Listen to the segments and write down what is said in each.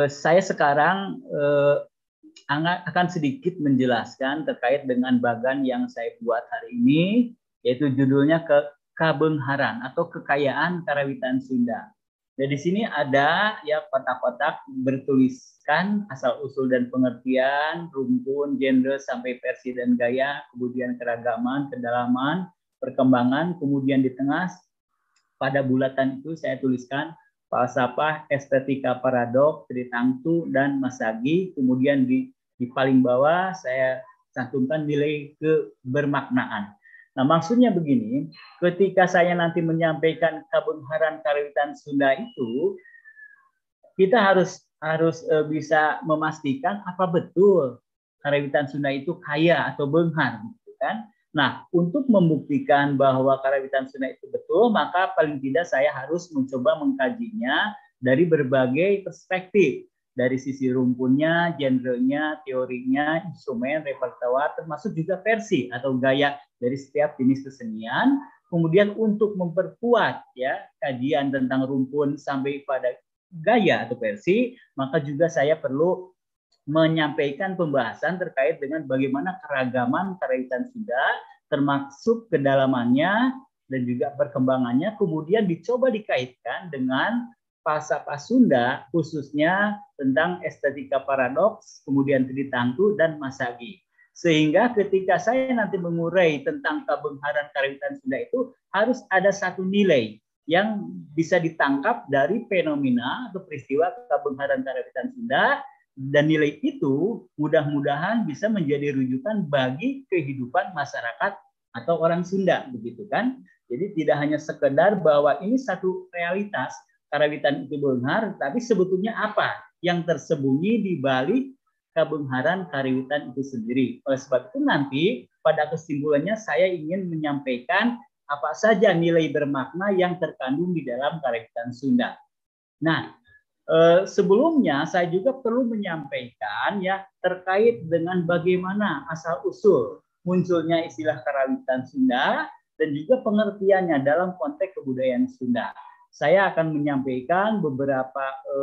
Saya sekarang akan sedikit menjelaskan terkait dengan bagan yang saya buat hari ini, yaitu judulnya Kabengharan atau Kekayaan Karawitan Sunda. Dan di sini ada ya kotak-kotak bertuliskan asal-usul dan pengertian, rumpun, genre sampai versi dan gaya, kemudian keragaman, kedalaman, perkembangan, kemudian di tengah pada bulatan itu saya tuliskan falsafah, estetika paradok, tritangtu, dan masagi. Kemudian di paling bawah saya cantumkan nilai kebermaknaan. Nah, maksudnya begini, ketika saya nanti menyampaikan Kabengharan Karawitan Sunda itu, kita harus bisa memastikan apa betul Karawitan Sunda itu kaya atau benghar, gitu kan? Nah, untuk membuktikan bahwa Karawitan Sunda itu betul, maka paling tidak saya harus mencoba mengkajinya dari berbagai perspektif. Dari sisi rumpunnya, genrenya, teorinya, instrumen, repertoire, termasuk juga versi atau gaya dari setiap jenis kesenian. Kemudian untuk memperkuat ya kajian tentang rumpun sampai pada gaya atau versi, maka juga saya perlu menyampaikan pembahasan terkait dengan bagaimana keragaman Karawitan Sunda, termasuk kedalamannya dan juga perkembangannya, kemudian dicoba dikaitkan dengan falsafah Sunda, khususnya tentang estetika paradoks, kemudian tritangtu dan masagi. Sehingga ketika saya nanti mengurai tentang Kabengharan Karawitan Sunda itu harus ada satu nilai yang bisa ditangkap dari fenomena atau peristiwa Kabengharan Karawitan Sunda, dan nilai itu mudah-mudahan bisa menjadi rujukan bagi kehidupan masyarakat atau orang Sunda, begitu kan? Jadi tidak hanya sekedar bahwa ini satu realitas Karawitan itu benghar, tapi sebetulnya apa yang tersembunyi di balik Kabengharan Karawitan itu sendiri. Oleh sebab itu nanti pada kesimpulannya saya ingin menyampaikan apa saja nilai bermakna yang terkandung di dalam Karawitan Sunda. Nah, sebelumnya saya juga perlu menyampaikan ya terkait dengan bagaimana asal-usul munculnya istilah Karawitan Sunda dan juga pengertiannya dalam konteks kebudayaan Sunda. Saya akan menyampaikan beberapa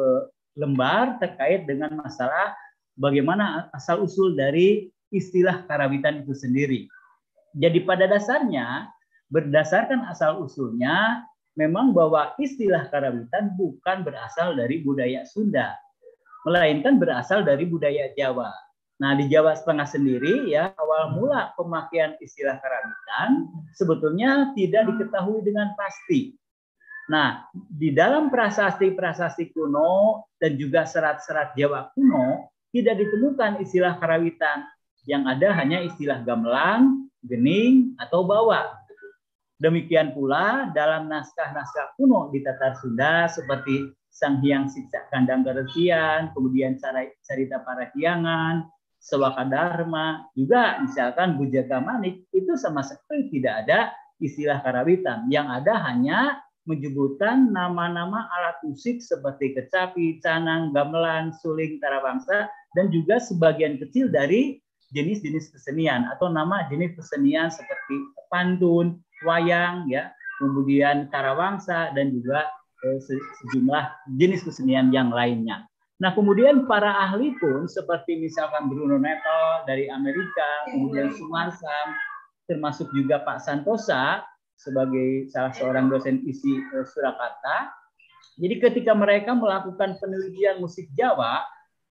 lembar terkait dengan masalah bagaimana asal-usul dari istilah Karawitan itu sendiri. Jadi pada dasarnya, berdasarkan asal-usulnya, memang bahwa istilah Karawitan bukan berasal dari budaya Sunda, melainkan berasal dari budaya Jawa. Nah, di Jawa Tengah sendiri ya, awal mula pemakaian istilah Karawitan sebetulnya tidak diketahui dengan pasti. Nah, di dalam prasasti-prasasti kuno dan juga serat-serat Jawa kuno tidak ditemukan istilah Karawitan. Yang ada hanya istilah gamelan, gening, atau bawa. Demikian pula dalam naskah-naskah kuno di Tatar Sunda seperti Sang Hyang Siksa Kandang Garesian, kemudian Carita Parahyangan, Sewaka Dharma, juga misalkan Bujaka Manik, itu sama sekali tidak ada istilah Karawitan. Yang ada hanya menyebutkan nama-nama alat musik seperti kecapi, canang, gamelan, suling, tarawangsa, dan juga sebagian kecil dari jenis-jenis kesenian atau nama jenis kesenian seperti pantun, wayang, ya, kemudian tarawangsa, dan juga sejumlah jenis kesenian yang lainnya. Nah, kemudian para ahli pun seperti misalkan Bruno Netto dari Amerika, kemudian Sumarsam, termasuk juga Pak Santosa sebagai salah seorang dosen ISI Surakarta. Jadi ketika mereka melakukan penelitian musik Jawa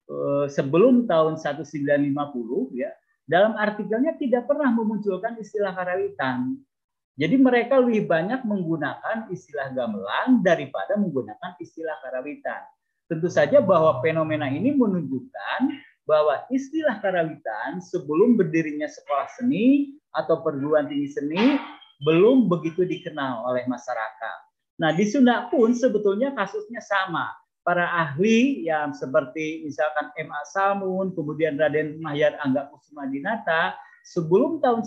sebelum tahun 1950 ya, dalam artikelnya tidak pernah memunculkan istilah Karawitan. Jadi mereka lebih banyak menggunakan istilah gamelan daripada menggunakan istilah Karawitan. Tentu saja bahwa fenomena ini menunjukkan bahwa istilah Karawitan sebelum berdirinya sekolah seni atau perguruan tinggi seni belum begitu dikenal oleh masyarakat. Nah, di Sunda pun sebetulnya kasusnya sama. Para ahli yang seperti misalkan M.A. Salmun, kemudian Raden Mahyar Angga Kusuma-Dinata, sebelum tahun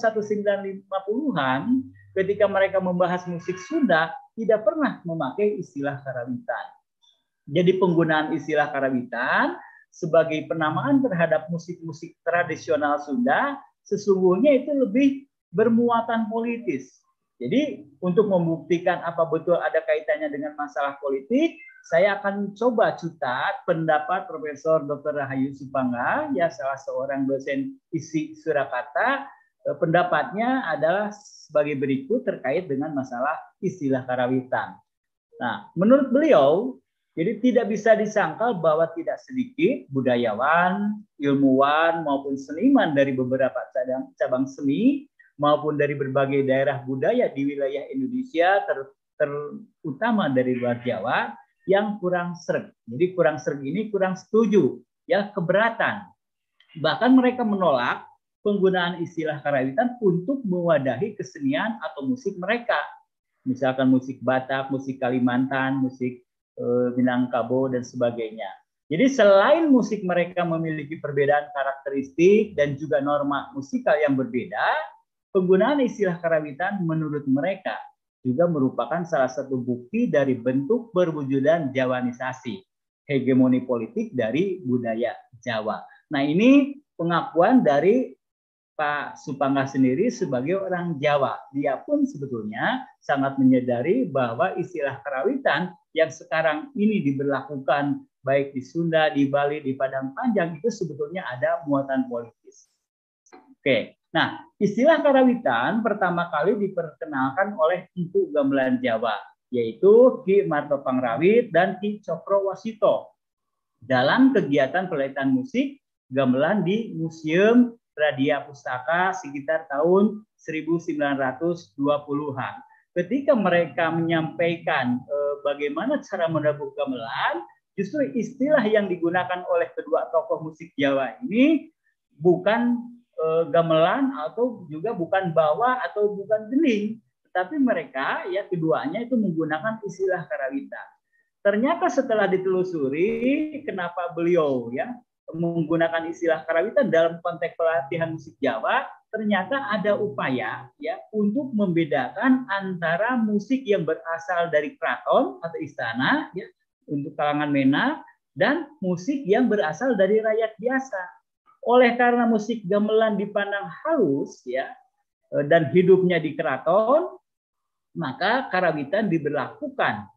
1950-an, ketika mereka membahas musik Sunda, tidak pernah memakai istilah Karawitan. Jadi penggunaan istilah Karawitan sebagai penamaan terhadap musik-musik tradisional Sunda, sesungguhnya itu lebih bermuatan politis. Jadi untuk membuktikan apa betul ada kaitannya dengan masalah politik, saya akan coba cutat pendapat Profesor Dr. Rahayu Supangga, ya salah seorang dosen isi Surakarta. Pendapatnya adalah sebagai berikut terkait dengan masalah istilah karawitan. Nah, menurut beliau, jadi tidak bisa disangkal bahwa tidak sedikit budayawan, ilmuwan maupun seniman dari beberapa cabang seni maupun dari berbagai daerah budaya di wilayah Indonesia, terutama dari luar Jawa, yang kurang sreg. Jadi kurang sreg ini kurang setuju, ya keberatan. Bahkan mereka menolak penggunaan istilah karawitan untuk mewadahi kesenian atau musik mereka. Misalkan musik Batak, musik Kalimantan, musik Minangkabau dan sebagainya. Jadi selain musik mereka memiliki perbedaan karakteristik dan juga norma musikal yang berbeda, penggunaan istilah karawitan menurut mereka juga merupakan salah satu bukti dari bentuk perwujudan Jawanisasi, hegemoni politik dari budaya Jawa. Nah, ini pengakuan dari Pak Supangga sendiri sebagai orang Jawa. Dia pun sebetulnya sangat menyadari bahwa istilah karawitan yang sekarang ini diberlakukan baik di Sunda, di Bali, di Padang Panjang itu sebetulnya ada muatan politis. Oke, nah istilah karawitan pertama kali diperkenalkan oleh Empu Gamelan Jawa, yaitu Ki Marto Pangrawit dan Ki Cokro Wasito dalam kegiatan pelatihan musik gamelan di Museum Radia Pustaka sekitar tahun 1920-an. Ketika mereka menyampaikan bagaimana cara menabuh gamelan, justru istilah yang digunakan oleh kedua tokoh musik Jawa ini bukan gamelan atau juga bukan bawa atau bukan geling, tetapi mereka ya keduanya itu menggunakan istilah karawitan. Ternyata setelah ditelusuri kenapa beliau ya menggunakan istilah karawitan dalam konteks pelatihan musik Jawa, ternyata ada upaya ya untuk membedakan antara musik yang berasal dari keraton atau istana ya untuk kalangan mena dan musik yang berasal dari rakyat biasa. Oleh karena musik gamelan dipandang halus ya dan hidupnya di keraton, maka karawitan diberlakukan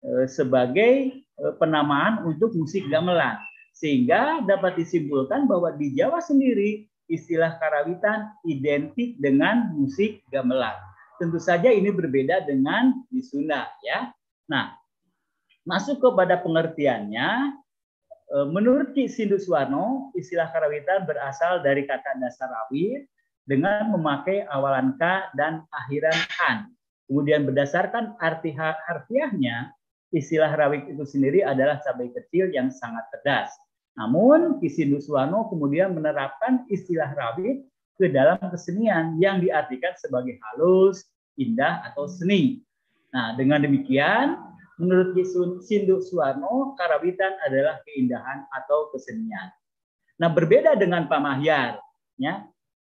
sebagai penamaan untuk musik gamelan. Sehingga dapat disimpulkan bahwa di Jawa sendiri istilah karawitan identik dengan musik gamelan. Tentu saja ini berbeda dengan di Sunda ya. Nah, masuk kepada pengertiannya, menurut Ki Sindu Suwarno, istilah karawitan berasal dari kata dasar rawit dengan memakai awalan K dan akhiran an. Kemudian berdasarkan arti harfiahnya, istilah rawit itu sendiri adalah cabai kecil yang sangat pedas. Namun Ki Sindu Suwarno kemudian menerapkan istilah rawit ke dalam kesenian yang diartikan sebagai halus, indah, atau seni. Nah, dengan demikian, menurut Ki Sindu Suwarno, karawitan adalah keindahan atau kesenian. Nah, berbeda dengan Pak Mahyar. Ya.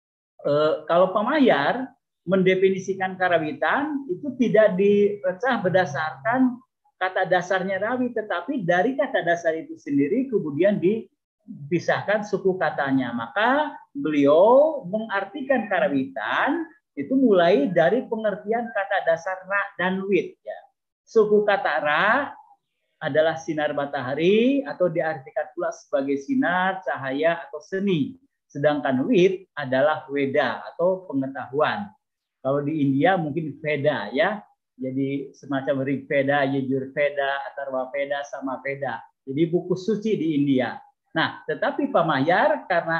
Kalau Pak Mahyar mendefinisikan karawitan itu tidak dipecah berdasarkan kata dasarnya rawi, tetapi dari kata dasar itu sendiri kemudian dipisahkan suku katanya. Maka beliau mengartikan karawitan itu mulai dari pengertian kata dasar ra dan wit. Ya. Suku kata ra adalah sinar matahari atau diartikan pula sebagai sinar, cahaya, atau seni. Sedangkan wit adalah weda atau pengetahuan. Kalau di India mungkin veda ya. Jadi semacam Rig Veda, Yajur Veda, Atharva Veda, Sama Veda. Jadi buku suci di India. Nah, tetapi Pak Mahyar karena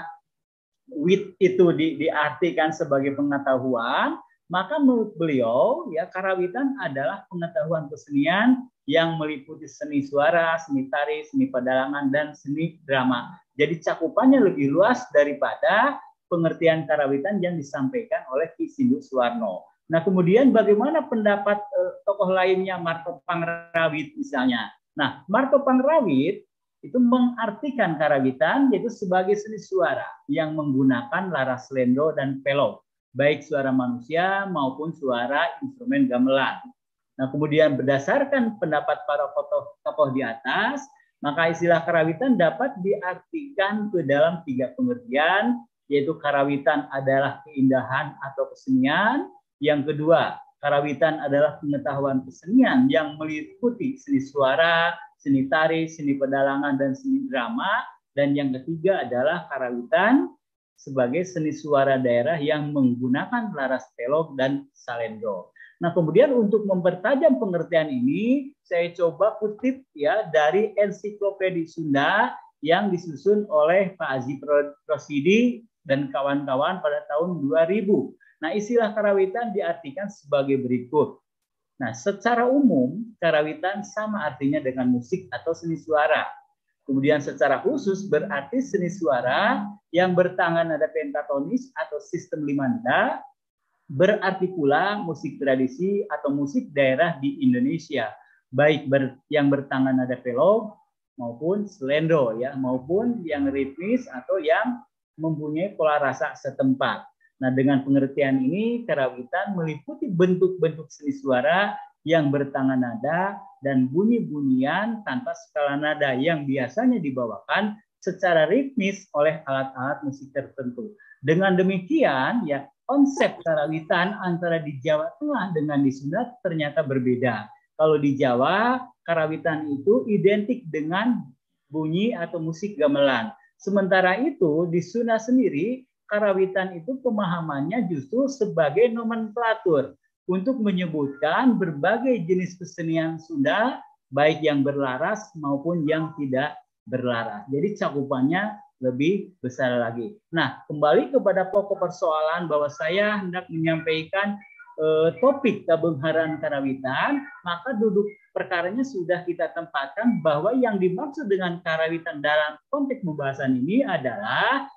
wit itu diartikan sebagai pengetahuan, maka menurut beliau ya karawitan adalah pengetahuan kesenian yang meliputi seni suara, seni tari, seni pedalangan, dan seni drama. Jadi cakupannya lebih luas daripada pengertian karawitan yang disampaikan oleh Ki Sindu Suwarno. Nah, kemudian bagaimana pendapat tokoh lainnya, Marto Pangrawit misalnya. Nah, Marto Pangrawit itu mengartikan karawitan yaitu sebagai seni suara yang menggunakan laras lendo dan pelok, baik suara manusia maupun suara instrumen gamelan. Nah, kemudian berdasarkan pendapat para tokoh di atas, maka istilah karawitan dapat diartikan ke dalam 3 pengertian, yaitu karawitan adalah keindahan atau kesenian. Yang kedua, karawitan adalah pengetahuan kesenian yang meliputi seni suara, seni tari, seni pedalangan, dan seni drama. Dan yang ketiga adalah karawitan sebagai seni suara daerah yang menggunakan laras pelog dan salendro. Nah, kemudian untuk mempertajam pengertian ini, saya coba kutip ya dari Ensiklopedia Sunda yang disusun oleh Pak Azi Prosidi dan kawan-kawan pada tahun 2000. Nah, istilah karawitan diartikan sebagai berikut. Nah, secara umum, karawitan sama artinya dengan musik atau seni suara. Kemudian secara khusus berarti seni suara yang bertangan nada pentatonis atau sistem 5 nada, berarti pula musik tradisi atau musik daerah di Indonesia, baik yang bertangan nada pelog maupun slendro ya, maupun yang ritmis atau yang mempunyai pola rasa setempat. Nah, dengan pengertian ini, karawitan meliputi bentuk-bentuk seni suara yang bertangan nada dan bunyi-bunyian tanpa skala nada yang biasanya dibawakan secara ritmis oleh alat-alat musik tertentu. Dengan demikian, ya konsep karawitan antara di Jawa Tengah dengan di Sunda ternyata berbeda. Kalau di Jawa, karawitan itu identik dengan bunyi atau musik gamelan. Sementara itu, di Sunda sendiri, karawitan itu pemahamannya justru sebagai nomenklatur untuk menyebutkan berbagai jenis kesenian Sunda, baik yang berlaras maupun yang tidak berlaras. Jadi cakupannya lebih besar lagi. Nah, kembali kepada pokok persoalan bahwa saya hendak menyampaikan topik kabengharan karawitan, maka duduk perkaranya sudah kita tempatkan bahwa yang dimaksud dengan karawitan dalam konteks pembahasan ini adalah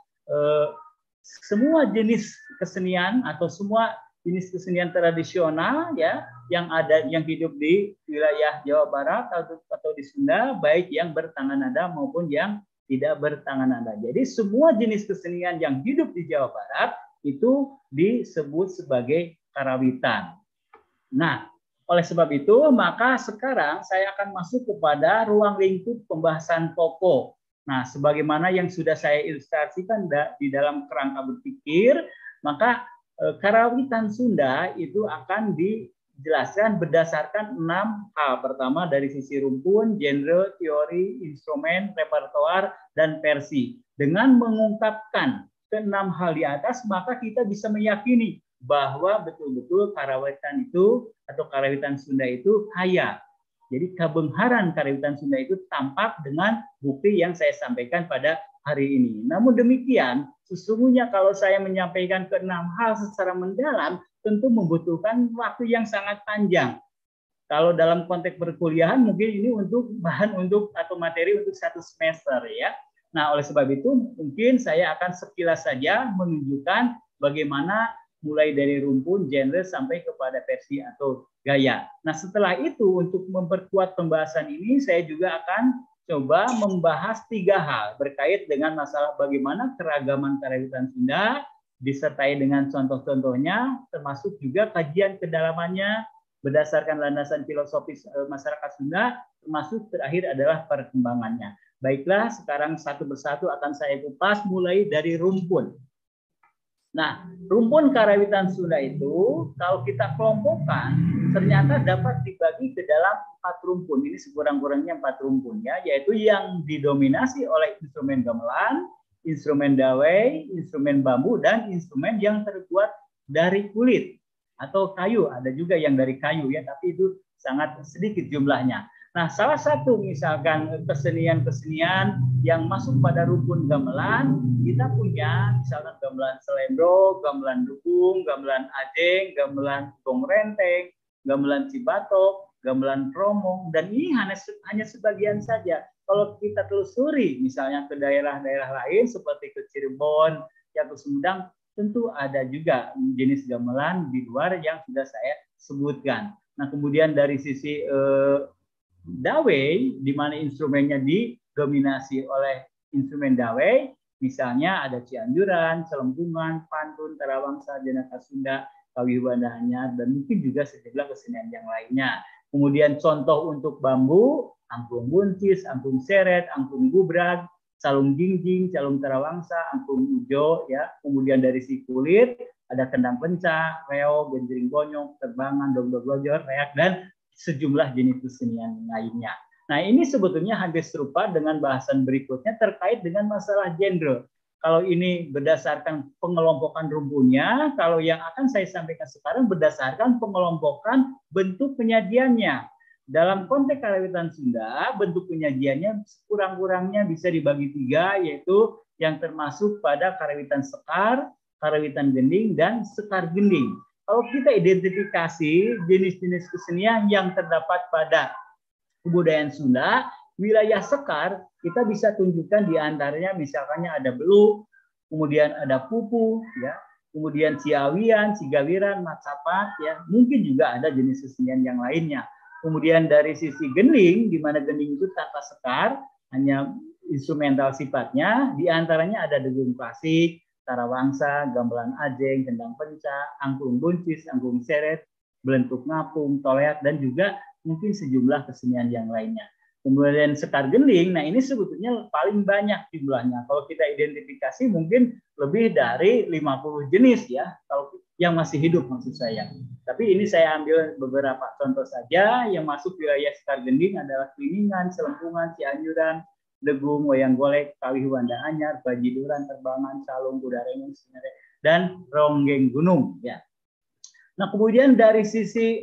semua jenis kesenian atau semua jenis kesenian tradisional ya yang ada yang hidup di wilayah Jawa Barat atau di Sunda, baik yang bertangan nada maupun yang tidak bertangan nada. Jadi semua jenis kesenian yang hidup di Jawa Barat itu disebut sebagai karawitan. Nah, oleh sebab itu maka sekarang saya akan masuk kepada ruang lingkup pembahasan pokok. Nah, sebagaimana yang sudah saya ilustrasikan di dalam kerangka berpikir, maka karawitan Sunda itu akan dijelaskan berdasarkan 6 hal. Pertama dari sisi rumpun, genre, teori, instrumen, repertoar, dan versi. Dengan mengungkapkan ke-6 hal di atas, maka kita bisa meyakini bahwa betul-betul karawitan itu atau karawitan Sunda itu kaya. Jadi kabengharan karawitan Sunda itu tampak dengan bukti yang saya sampaikan pada hari ini. Namun demikian, sesungguhnya kalau saya menyampaikan ke-6 hal secara mendalam, tentu membutuhkan waktu yang sangat panjang. Kalau dalam konteks perkuliahan mungkin ini untuk bahan untuk atau materi untuk 1 semester ya. Nah, oleh sebab itu mungkin saya akan sekilas saja menunjukkan bagaimana mulai dari rumpun, genre, sampai kepada versi atau gaya. Nah, setelah itu untuk memperkuat pembahasan ini, saya juga akan coba membahas 3 hal berkait dengan masalah bagaimana keragaman karawitan Sunda, disertai dengan contoh-contohnya, termasuk juga kajian kedalamannya berdasarkan landasan filosofis masyarakat Sunda, termasuk terakhir adalah perkembangannya. Baiklah, sekarang satu persatu akan saya kupas mulai dari rumpun. Nah, rumpun karawitan Sunda itu kalau kita kelompokkan ternyata dapat dibagi ke dalam 4 rumpun. Ini sekurang-kurangnya 4 rumpun ya, yaitu yang didominasi oleh instrumen gamelan, instrumen dawai, instrumen bambu, dan instrumen yang terbuat dari kulit atau kayu. Ada juga yang dari kayu ya, tapi itu sangat sedikit jumlahnya. Nah, salah satu misalkan kesenian-kesenian yang masuk pada rumpun gamelan, kita punya misalkan gamelan selendro, gamelan dukung, gamelan adeng, gamelan gong renteng, gamelan cibatok, gamelan promong, dan ini hanya sebagian saja. Kalau kita telusuri misalnya ke daerah-daerah lain seperti ke Cirebon, ya ke Sumedang, tentu ada juga jenis gamelan di luar yang sudah saya sebutkan. Nah, kemudian dari sisi dawai, di mana instrumennya didominasi oleh instrumen dawai, misalnya ada Cianjuran, Celempunggan, Pantun, Tarawangsa, Janaka Sunda, Kawihuan Anyar, dan mungkin juga sejumlah kesenian yang lainnya. Kemudian contoh untuk bambu, angklung buncis, angklung seret, angklung gubrag, calung jingjing, calung tarawangsa, angklung ujo, ya. Kemudian dari si kulit ada kendang pencak, reog, genjring bonyong, terbangan, dog-dog-lojor, reak, dan sejumlah jenis kesenian lainnya. Nah, ini sebetulnya hampir serupa dengan bahasan berikutnya terkait dengan masalah genre. Kalau ini berdasarkan pengelompokan rumpunnya, kalau yang akan saya sampaikan sekarang berdasarkan pengelompokan bentuk penyajiannya. Dalam konteks karawitan Sunda, bentuk penyajiannya kurang-kurangnya bisa dibagi 3, yaitu yang termasuk pada karawitan sekar, karawitan gending, dan sekar gending. Kalau kita identifikasi jenis-jenis kesenian yang terdapat pada kebudayaan Sunda, wilayah sekar kita bisa tunjukkan di antaranya misalnya ada beluk, kemudian ada pupu, ya, kemudian ciawian, cigawiran, matsapat, ya, mungkin juga ada jenis kesenian yang lainnya. Kemudian dari sisi gending, di mana gending itu tanpa sekar, hanya instrumental sifatnya, di antaranya ada degung klasik, tarawangsa, gamelan ajeng, kendang pencak, angklung buncis, angklung seret, belentuk ngapung, toleak, dan juga mungkin sejumlah kesenian yang lainnya. Kemudian sekar gending, nah ini sebetulnya paling banyak jumlahnya. Kalau kita identifikasi mungkin lebih dari 50 jenis ya, kalau yang masih hidup maksud saya. Tapi ini saya ambil beberapa contoh saja. Yang masuk wilayah sekar gending adalah Kliningan, Selempungan, Cianjuran, Degung, Wayang Golek, Kawih Wanda Anyar, Bajiduran, Terbangan, Salung, Kudarengung, dan Ronggeng Gunung. Ya. Nah kemudian dari sisi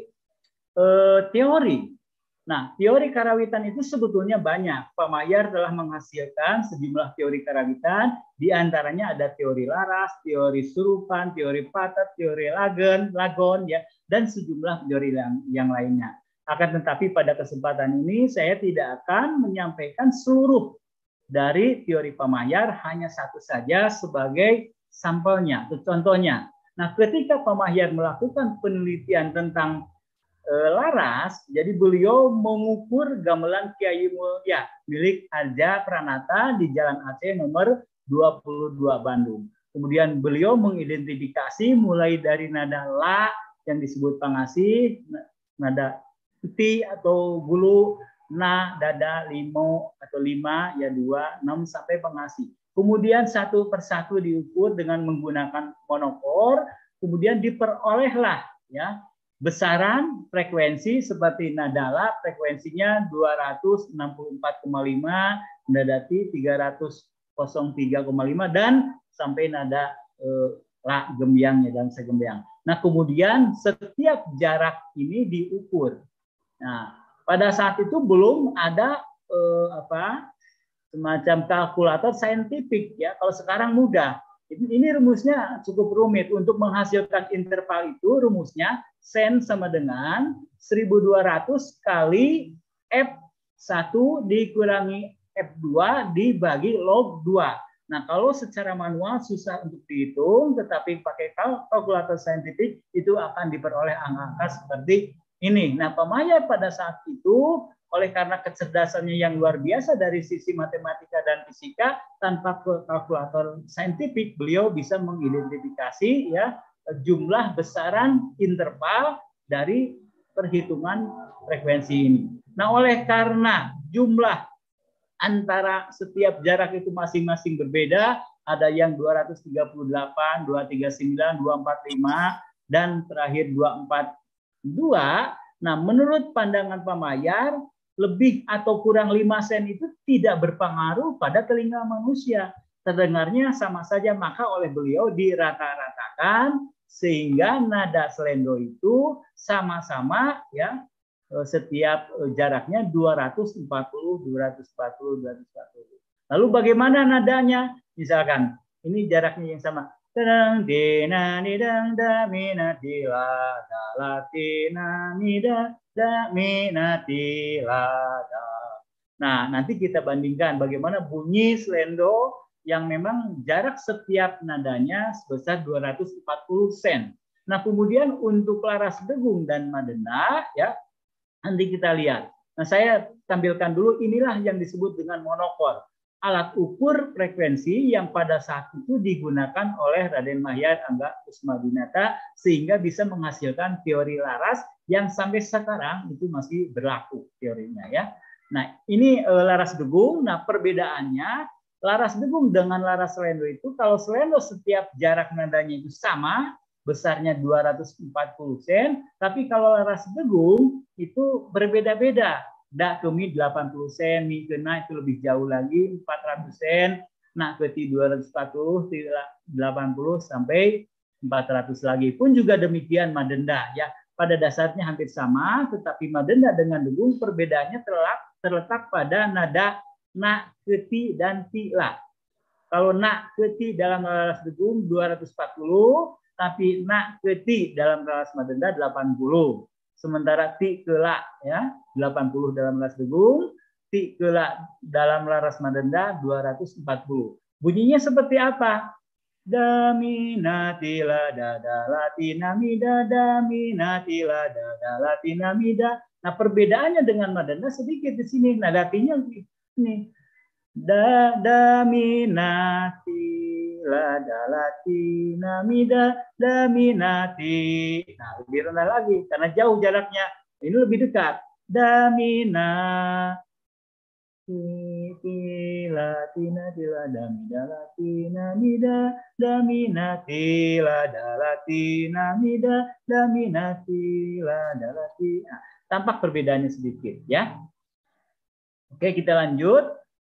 teori. Nah, teori karawitan itu sebetulnya banyak. Pak Mahyar telah menghasilkan sejumlah teori karawitan, di antaranya ada teori laras, teori surupan, teori patat, teori lagon, ya, dan sejumlah teori yang lainnya. Akan tetapi pada kesempatan ini saya tidak akan menyampaikan seluruh dari teori Pak Mahyar, hanya satu saja sebagai sampelnya atau contohnya. Nah, ketika Pak Mahyar melakukan penelitian tentang laras, jadi beliau mengukur gamelan Kiai Mulya milik Arja Pranata di Jalan Aceh nomor 22 Bandung. Kemudian beliau mengidentifikasi mulai dari nada la yang disebut pangasih, nada ti atau bulu, na, dada, limo atau lima, ya 2, 6 sampai pangasih. Kemudian satu persatu diukur dengan menggunakan monokor, kemudian diperolehlah ya besaran frekuensi seperti nada la frekuensinya 264,5, nada ti 303,5 dan sampai nada la gembyang ya dan segembyang. Nah, kemudian setiap jarak ini diukur. Nah, pada saat itu belum ada semacam kalkulator saintifik ya. Kalau sekarang mudah. Ini rumusnya cukup rumit. Untuk menghasilkan interval itu rumusnya sen sama dengan 1200 kali F1 dikurangi F2 dibagi log 2. Nah, kalau secara manual susah untuk dihitung, tetapi pakai kalkulator saintifik itu akan diperoleh angka-angka seperti ini. Nah, Pak Mahyar pada saat itu oleh karena kecerdasannya yang luar biasa dari sisi matematika dan fisika, tanpa kalkulator saintifik beliau bisa mengidentifikasi ya jumlah besaran interval dari perhitungan frekuensi ini. Nah, oleh karena jumlah antara setiap jarak itu masing-masing berbeda, ada yang 238, 239, 245 dan terakhir 242. Nah, menurut pandangan Pak Mahyar, lebih atau kurang 5 sen itu tidak berpengaruh pada telinga manusia. Terdengarnya sama saja, maka oleh beliau dirata-ratakan sehingga nada selendo itu sama-sama ya setiap jaraknya 240, 240, 240. Lalu bagaimana nadanya? Misalkan ini jaraknya yang sama. Tadang dena nidang da minati la da latina nida da minati la da. Nah, nanti kita bandingkan bagaimana bunyi selendo yang memang jarak setiap nadanya sebesar 240 sen. Nah, kemudian untuk laras degung dan madena ya nanti kita lihat. Nah, saya tampilkan dulu inilah yang disebut dengan monokor. Alat ukur frekuensi yang pada saat itu digunakan oleh Raden Mahyar Angga Kusumabinata sehingga bisa menghasilkan teori laras yang sampai sekarang itu masih berlaku teorinya ya. Nah, ini laras degung. Nah, perbedaannya laras degung dengan laras selendo itu kalau selendo setiap jarak nadanya itu sama, besarnya 240 sen, tapi kalau laras degung itu berbeda-beda. Da ke mi 80 sen, mi ke na itu lebih jauh lagi 400 sen, na ke ti 240, ti 80 sampai 400 lagi. Pun juga demikian madenda ya. Pada dasarnya hampir sama, tetapi madenda dengan degung perbedaannya terletak pada nada na, keti, dan ti la. Kalau na, keti dalam laras degung 240, tapi na, keti dalam laras madenda 80. Sementara ti ke la ya 80 dalam laras degung, ti ke la dalam laras madenda 240. Bunyinya seperti apa? Daminatila dada latina mida, daminatila dada latina mida. Nah, perbedaannya dengan madenda sedikit di sini. Nadatinya ini. Daminatila dada latina mida, daminati. Nah, lebih rendah lagi karena jauh jaraknya. Ini lebih dekat. Damina tila tina tila damida latina mida damina tila dalatina mida damina tila dalatina. Tampak perbedaannya sedikit ya. Oke, kita lanjut.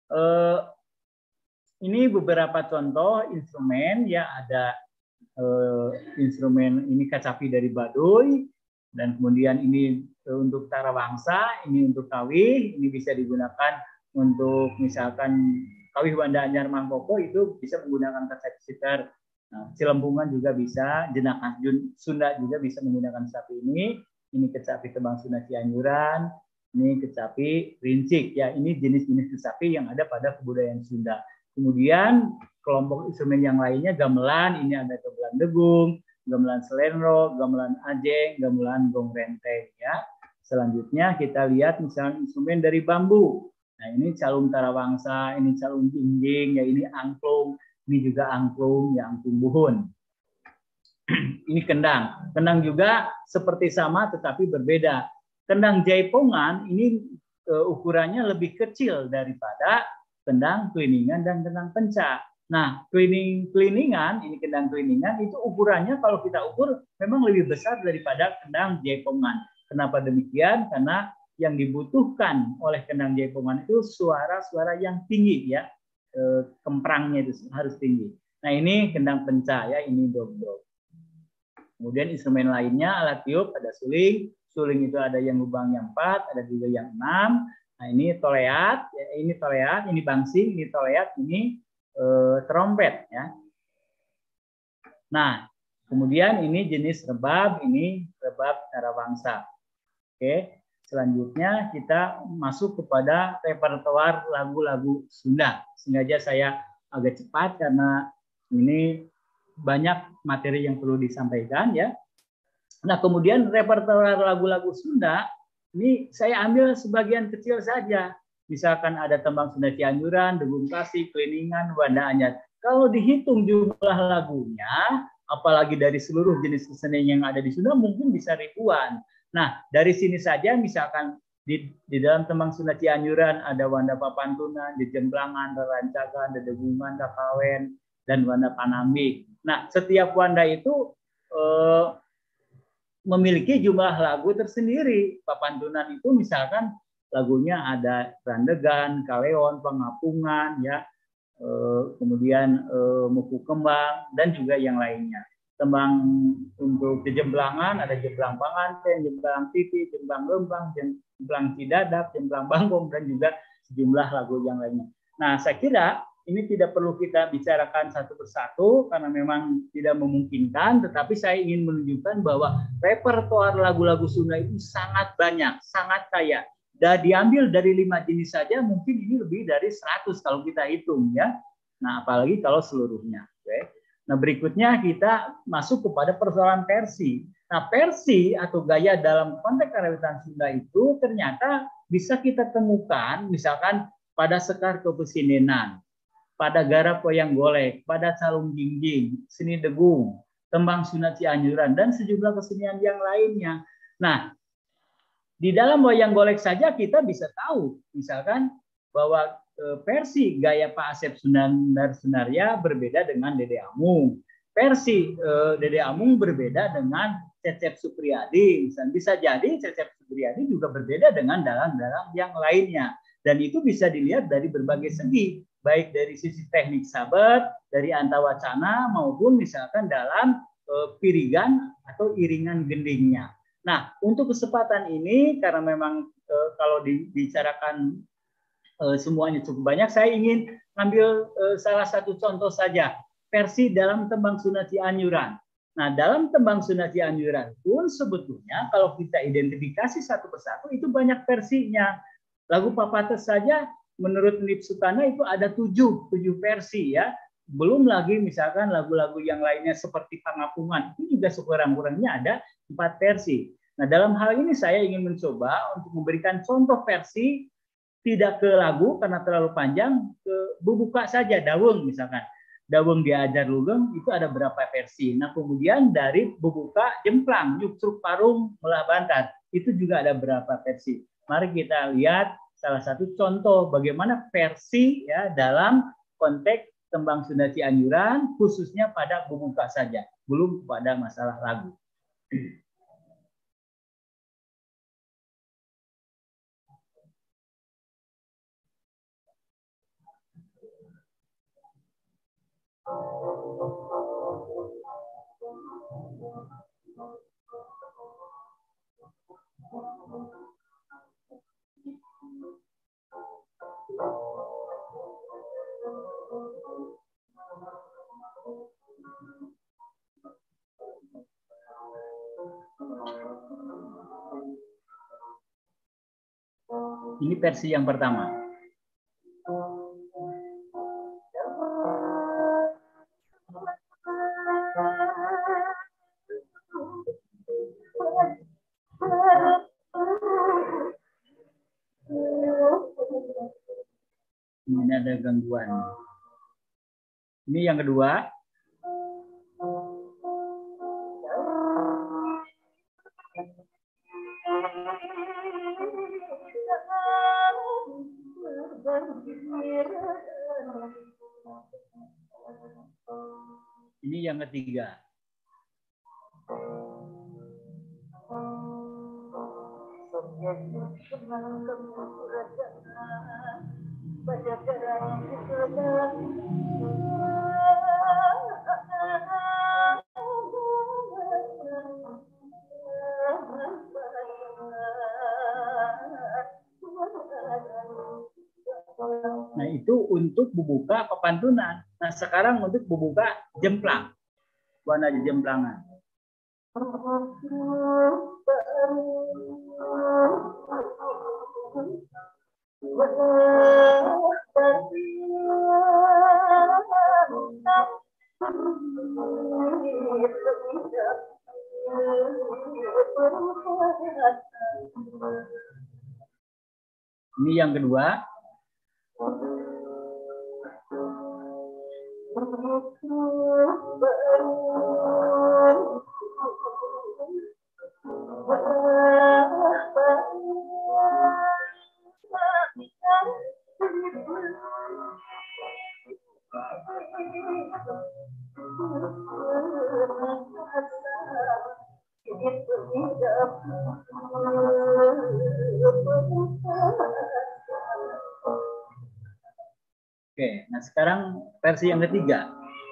Ini beberapa contoh instrumen ya, ada instrumen ini kacapi dari Baduy, dan kemudian ini untuk tarawangsa, ini untuk kawih, ini bisa digunakan untuk misalkan kawih Wanda Anyar Mangkoko itu bisa menggunakan kacapi sitar. Nah, Cilempungan juga bisa, jenaka Sunda juga bisa menggunakan kecapi ini. Ini kecapi Tembang Sunda Cianjuran, ini kecapi rincik ya. Ini jenis-jenis kecapi yang ada pada kebudayaan Sunda. Kemudian kelompok instrumen yang lainnya gamelan, ini ada gamelan degung, gamelan selenro, gamelan ajeng, gamelan gong renteng ya. Selanjutnya kita lihat misalnya instrumen dari bambu. Nah, ini calung tarawangsa, ini calung jinjing, ya ini angklung, ini juga angklung, ya angklung buhun. Ini kendang. Kendang juga seperti sama tetapi berbeda. Kendang jaipongan ini ukurannya lebih kecil daripada kendang kliningan dan kendang penca. Nah, kliningan, ini kendang kliningan itu ukurannya kalau kita ukur memang lebih besar daripada kendang jaipongan. Kenapa demikian? Karena yang dibutuhkan oleh kendang jaipongan itu suara-suara yang tinggi ya, kemprangnya itu harus tinggi. Nah, ini kendang penca ya, ini dobro. Kemudian instrumen lainnya alat tiup, ada suling. Suling itu ada yang lubangnya 4, ada juga yang 6. Nah, ini toleat, ya, ini toleat, ini bangsing, ini toleat, ini trompet ya. Nah, kemudian ini jenis rebab, ini rebab tarawangsa. Oke. Selanjutnya kita masuk kepada repertoar lagu-lagu Sunda. Sengaja saya agak cepat karena ini banyak materi yang perlu disampaikan ya. Nah, kemudian repertoar lagu-lagu Sunda ini saya ambil sebagian kecil saja. Misalkan ada Tembang Sunda Cianjuran, Degung Kasih, Kliningan, Wanda Anyar. Kalau dihitung jumlah lagunya, apalagi dari seluruh jenis kesenian yang ada di Sunda mungkin bisa ribuan. Nah, dari sini saja misalkan di dalam Tembang Sunda Cianjuran ada Wanda Papantunan, Jejemblangan, Rancakan, Dedegungan, Kawen, dan Wanda Panambik. Nah, setiap wanda itu memiliki jumlah lagu tersendiri. Papantunan itu misalkan lagunya ada Randegan, Kaleon, Pengapungan, ya, kemudian Muku Kembang, dan juga yang lainnya. Tembang untuk Jemblangan ada Jemblang Panganten, Jemblang Titi, Jemblang Lembang, Jemblang Cidadak, Jemblang Bangkong, dan juga sejumlah lagu yang lainnya. Nah, saya kira ini tidak perlu kita bicarakan satu persatu karena memang tidak memungkinkan, tetapi saya ingin menunjukkan bahwa repertoar lagu-lagu Sunda itu sangat banyak, sangat kaya. Dan diambil dari 5 jenis saja mungkin ini lebih dari 100 kalau kita hitung ya. Nah, apalagi kalau seluruhnya. Oke. Nah, berikutnya kita masuk kepada persoalan versi. Nah, versi atau gaya dalam konteks karawitan Sunda itu ternyata bisa kita temukan misalkan pada Sekar Kepesinenan, pada Garap Wayang Golek, pada Calung Jingjing, Seni Degung, Tembang Sunda Cianjuran, dan sejumlah kesenian yang lainnya. Nah, di dalam Wayang Golek saja kita bisa tahu misalkan bahwa versi gaya Pak Asep Sunaria berbeda dengan Dede Amung. versi Dede Amung berbeda dengan Cecep Supriyadi. Bisa jadi Cecep Supriyadi juga berbeda dengan dalang-dalang yang lainnya. Dan itu bisa dilihat dari berbagai segi, baik dari sisi teknik sabat, dari antawacana, maupun misalkan dalam pirigan atau iringan gendingnya. Nah, untuk kesempatan ini, karena memang kalau dibicarakan semuanya cukup banyak, saya ingin ambil salah satu contoh saja, versi dalam Tembang Sunat Cianjuran. Nah, dalam Tembang Sunat Cianjuran pun sebetulnya kalau kita identifikasi satu persatu itu banyak versinya. Lagu Papates saja menurut Nip Sutana itu ada tujuh versi ya. Belum lagi misalkan lagu-lagu yang lainnya seperti Pangapungan, itu juga sekurang-kurangnya ada 4 versi. Nah, dalam hal ini saya ingin mencoba untuk memberikan contoh versi, tidak ke lagu karena terlalu panjang, ke bubuka saja, Dawung misalkan. Dawung Diajar Lugeng itu ada berapa versi. Nah, kemudian dari bubuka Jemplang, Nyuksruk Parung Melah Bantat, itu juga ada berapa versi. Mari kita lihat salah satu contoh bagaimana versi ya dalam konteks Tembang Sunda Cianjuran, khususnya pada bubuka saja, belum pada masalah lagu. Ini versi yang pertama. Ini ada gangguan. Ini yang kedua. Ini yang ketiga. Nah, itu untuk bubuka pepantunan. Nah, sekarang untuk bubuka jemplang. Warna jemplangan. Ini yang kedua. Oke, nah sekarang versi yang ketiga.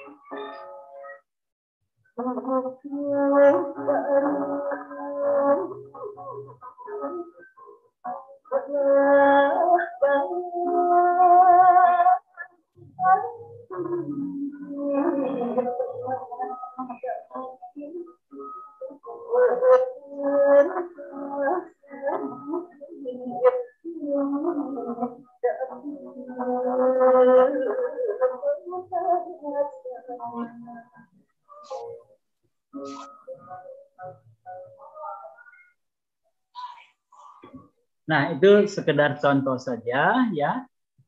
Nah, itu sekedar contoh saja ya.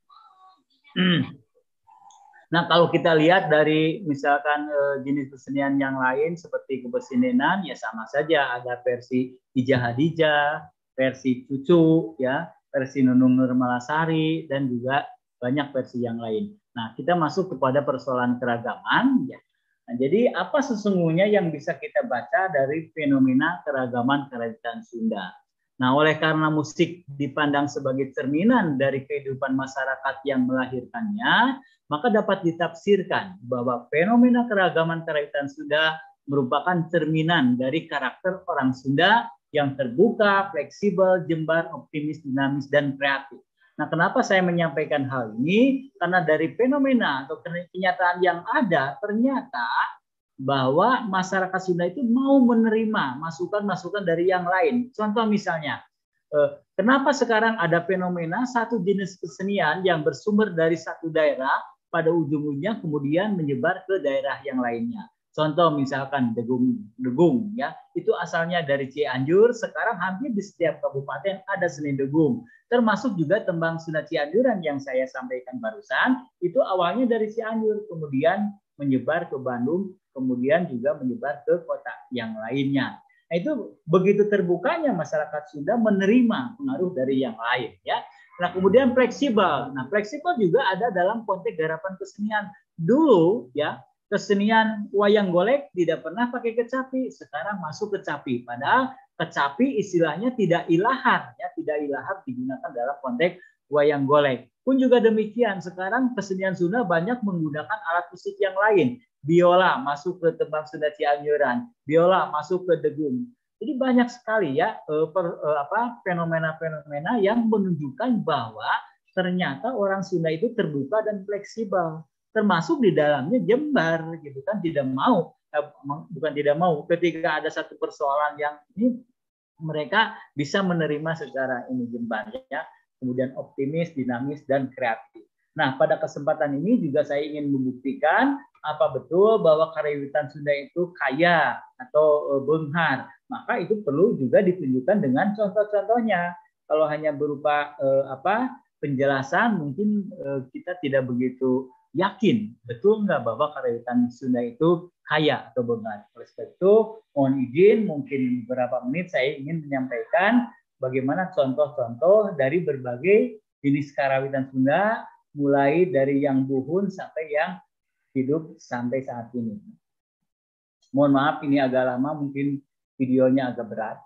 Nah, kalau kita lihat dari misalkan jenis kesenian yang lain seperti kepesinenan, ya sama saja, ada versi Ija Hadijah, versi Cucu, ya, versi Nunung Nurmalasari, dan juga banyak versi yang lain. Nah, kita masuk kepada persoalan keragaman, ya. Nah, jadi apa sesungguhnya yang bisa kita baca dari fenomena keragaman karawitan Sunda? Nah, oleh karena musik dipandang sebagai cerminan dari kehidupan masyarakat yang melahirkannya, maka dapat ditafsirkan bahwa fenomena keragaman karawitan Sunda merupakan cerminan dari karakter orang Sunda yang terbuka, fleksibel, jembar, optimis, dinamis, dan kreatif. Nah, kenapa saya menyampaikan hal ini? Karena dari fenomena atau kenyataan yang ada, ternyata bahwa masyarakat Sunda itu mau menerima masukan-masukan dari yang lain. Contoh misalnya, kenapa sekarang ada fenomena satu jenis kesenian yang bersumber dari satu daerah pada ujung-ujungnya kemudian menyebar ke daerah yang lainnya. Contoh misalkan degung ya, itu asalnya dari Cianjur, sekarang hampir di setiap kabupaten ada seni degung. Termasuk juga tembang Sunda Cianjuran yang saya sampaikan barusan, itu awalnya dari Cianjur, kemudian menyebar ke Bandung, kemudian juga menyebar ke kota yang lainnya. Nah, itu begitu terbukanya masyarakat Sunda menerima pengaruh dari yang lain ya. Nah, kemudian fleksibel. Nah, fleksibel juga ada dalam konteks garapan kesenian. Dulu ya, kesenian wayang golek tidak pernah pakai kecapi, sekarang masuk kecapi. Padahal kecapi istilahnya tidak ilahar ya, tidak ilahar digunakan dalam konteks wayang golek. Pun juga demikian, sekarang kesenian Sunda banyak menggunakan alat musik yang lain. Biola masuk ke tembang Sunda Cianjuran, biola masuk ke degung. Jadi banyak sekali ya fenomena-fenomena yang menunjukkan bahwa ternyata orang Sunda itu terbuka dan fleksibel, termasuk di dalamnya jembar gitu kan, tidak mau bukan tidak mau, ketika ada satu persoalan yang ini mereka bisa menerima secara ini jembar ya, kemudian optimis, dinamis, dan kreatif. Nah, pada kesempatan ini juga saya ingin membuktikan apa betul bahwa karawitan Sunda itu kaya atau benghar. Maka itu perlu juga ditunjukkan dengan contoh-contohnya. Kalau hanya berupa penjelasan, mungkin kita tidak begitu yakin betul nggak bahwa karawitan Sunda itu kaya atau benghar. Oleh sebab itu, mohon izin mungkin beberapa menit saya ingin menyampaikan bagaimana contoh-contoh dari berbagai jenis karawitan Sunda, mulai dari yang buhun sampai yang hidup sampai saat ini. Mohon maaf ini agak lama, mungkin videonya agak berat.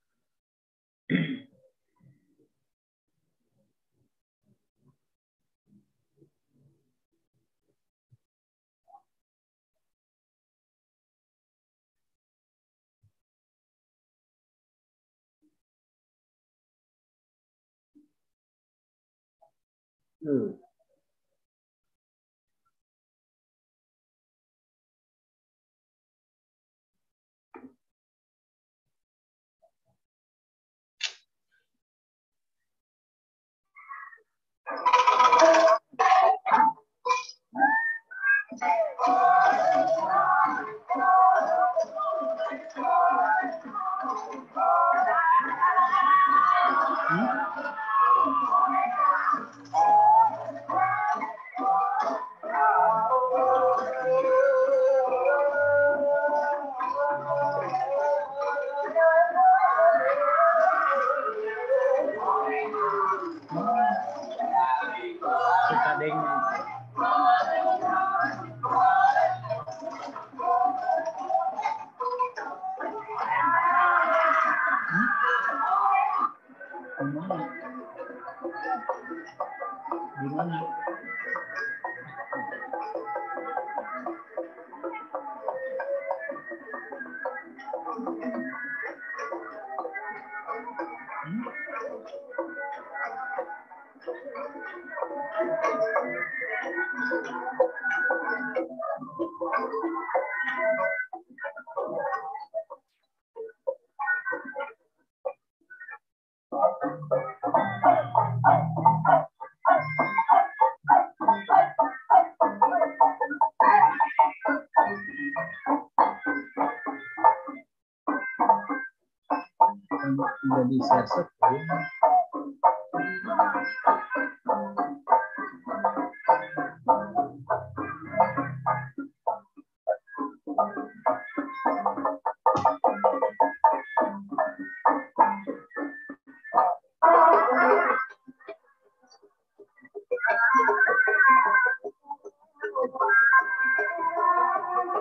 Gimana? Sudah bisa setting.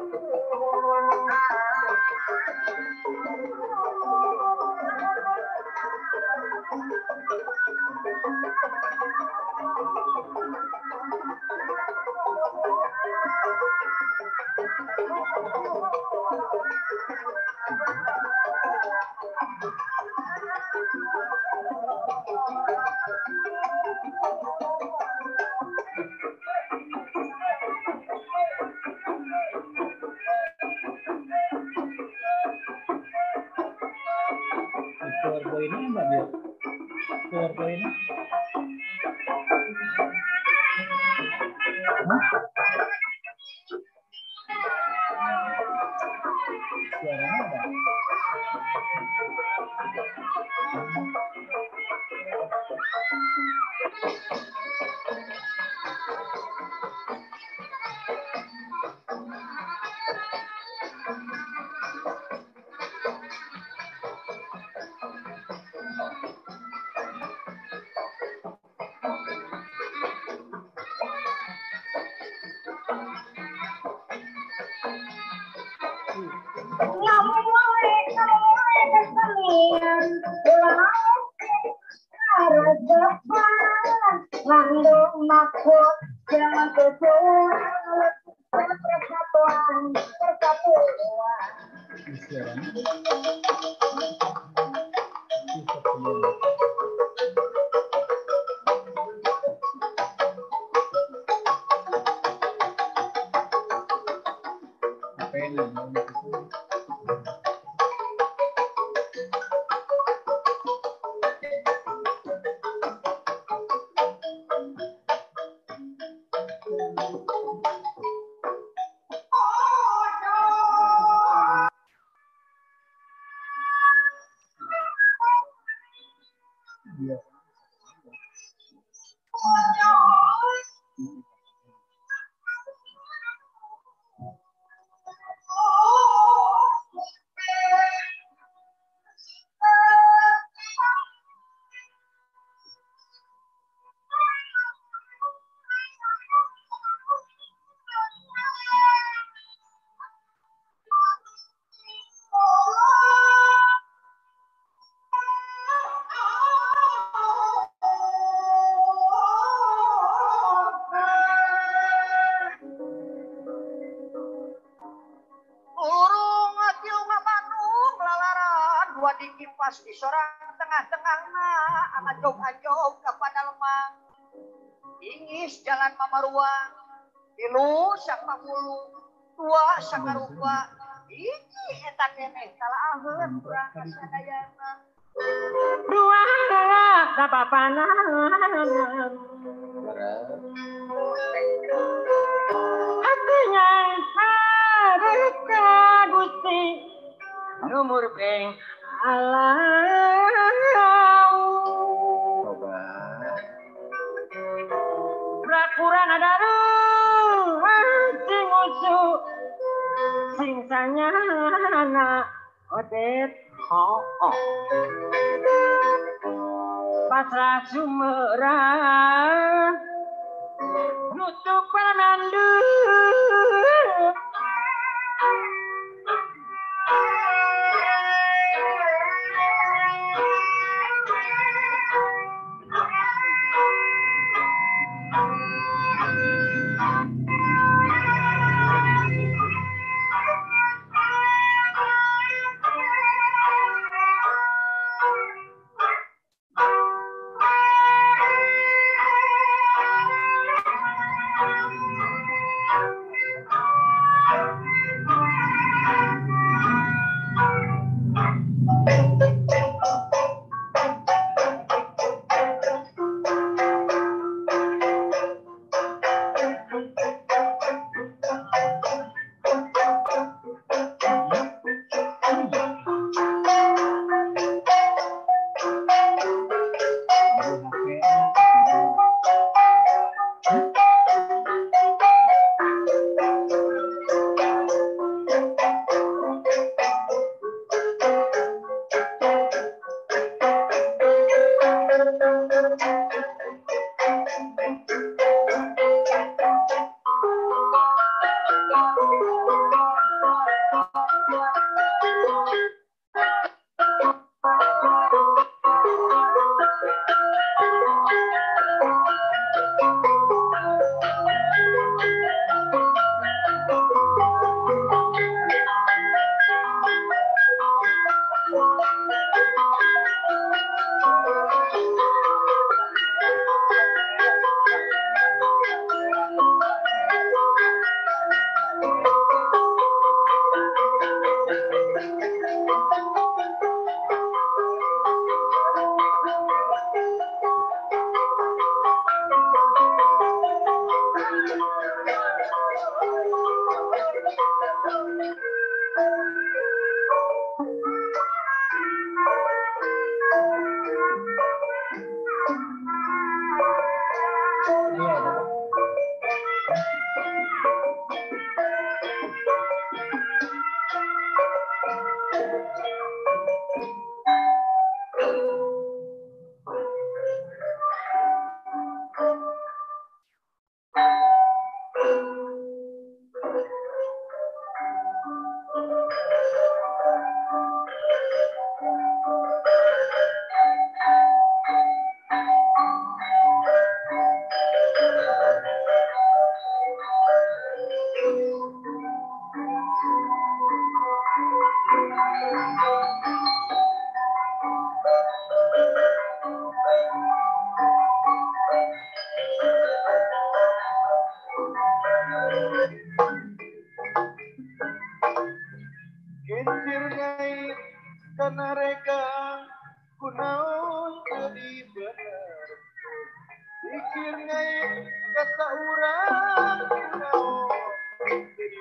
PowerPoint-nya Mbak Bill? PowerPoint-nya? Suaranya ada? Di sorang tengah-tengahna angajog-ajog kepada lemang ingis jalan mamaruang tilu sakmulu dua sakarupa ini eta keneh kalaaheun urang kasadayana dua kapapana artinya harika Gusti numur peng kurang ada sing usuk sing sanyana odet ho pasrah sumerang nutup panandu mikir ngai karena reka kunaon jadi bener mikir ngai kata urang kunaon jadi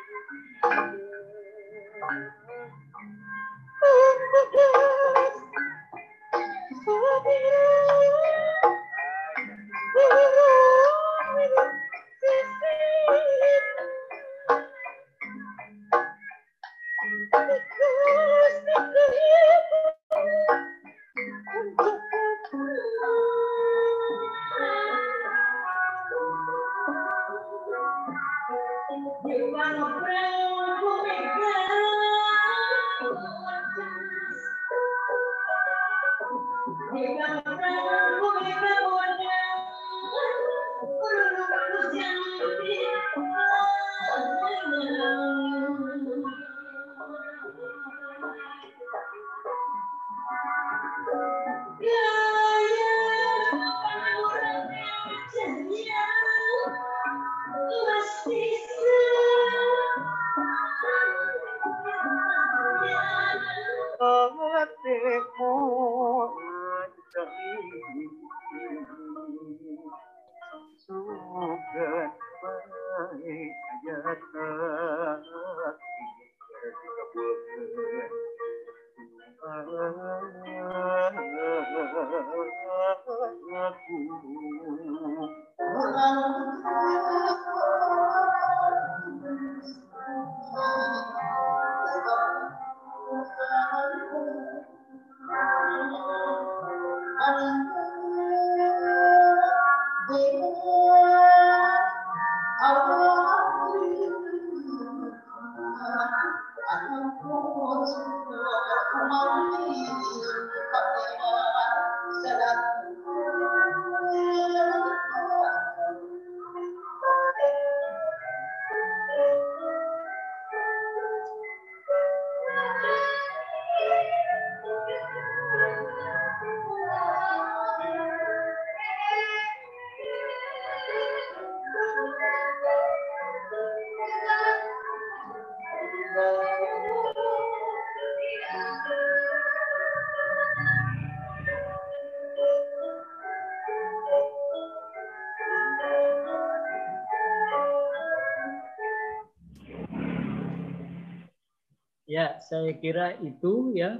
Ya, saya kira itu ya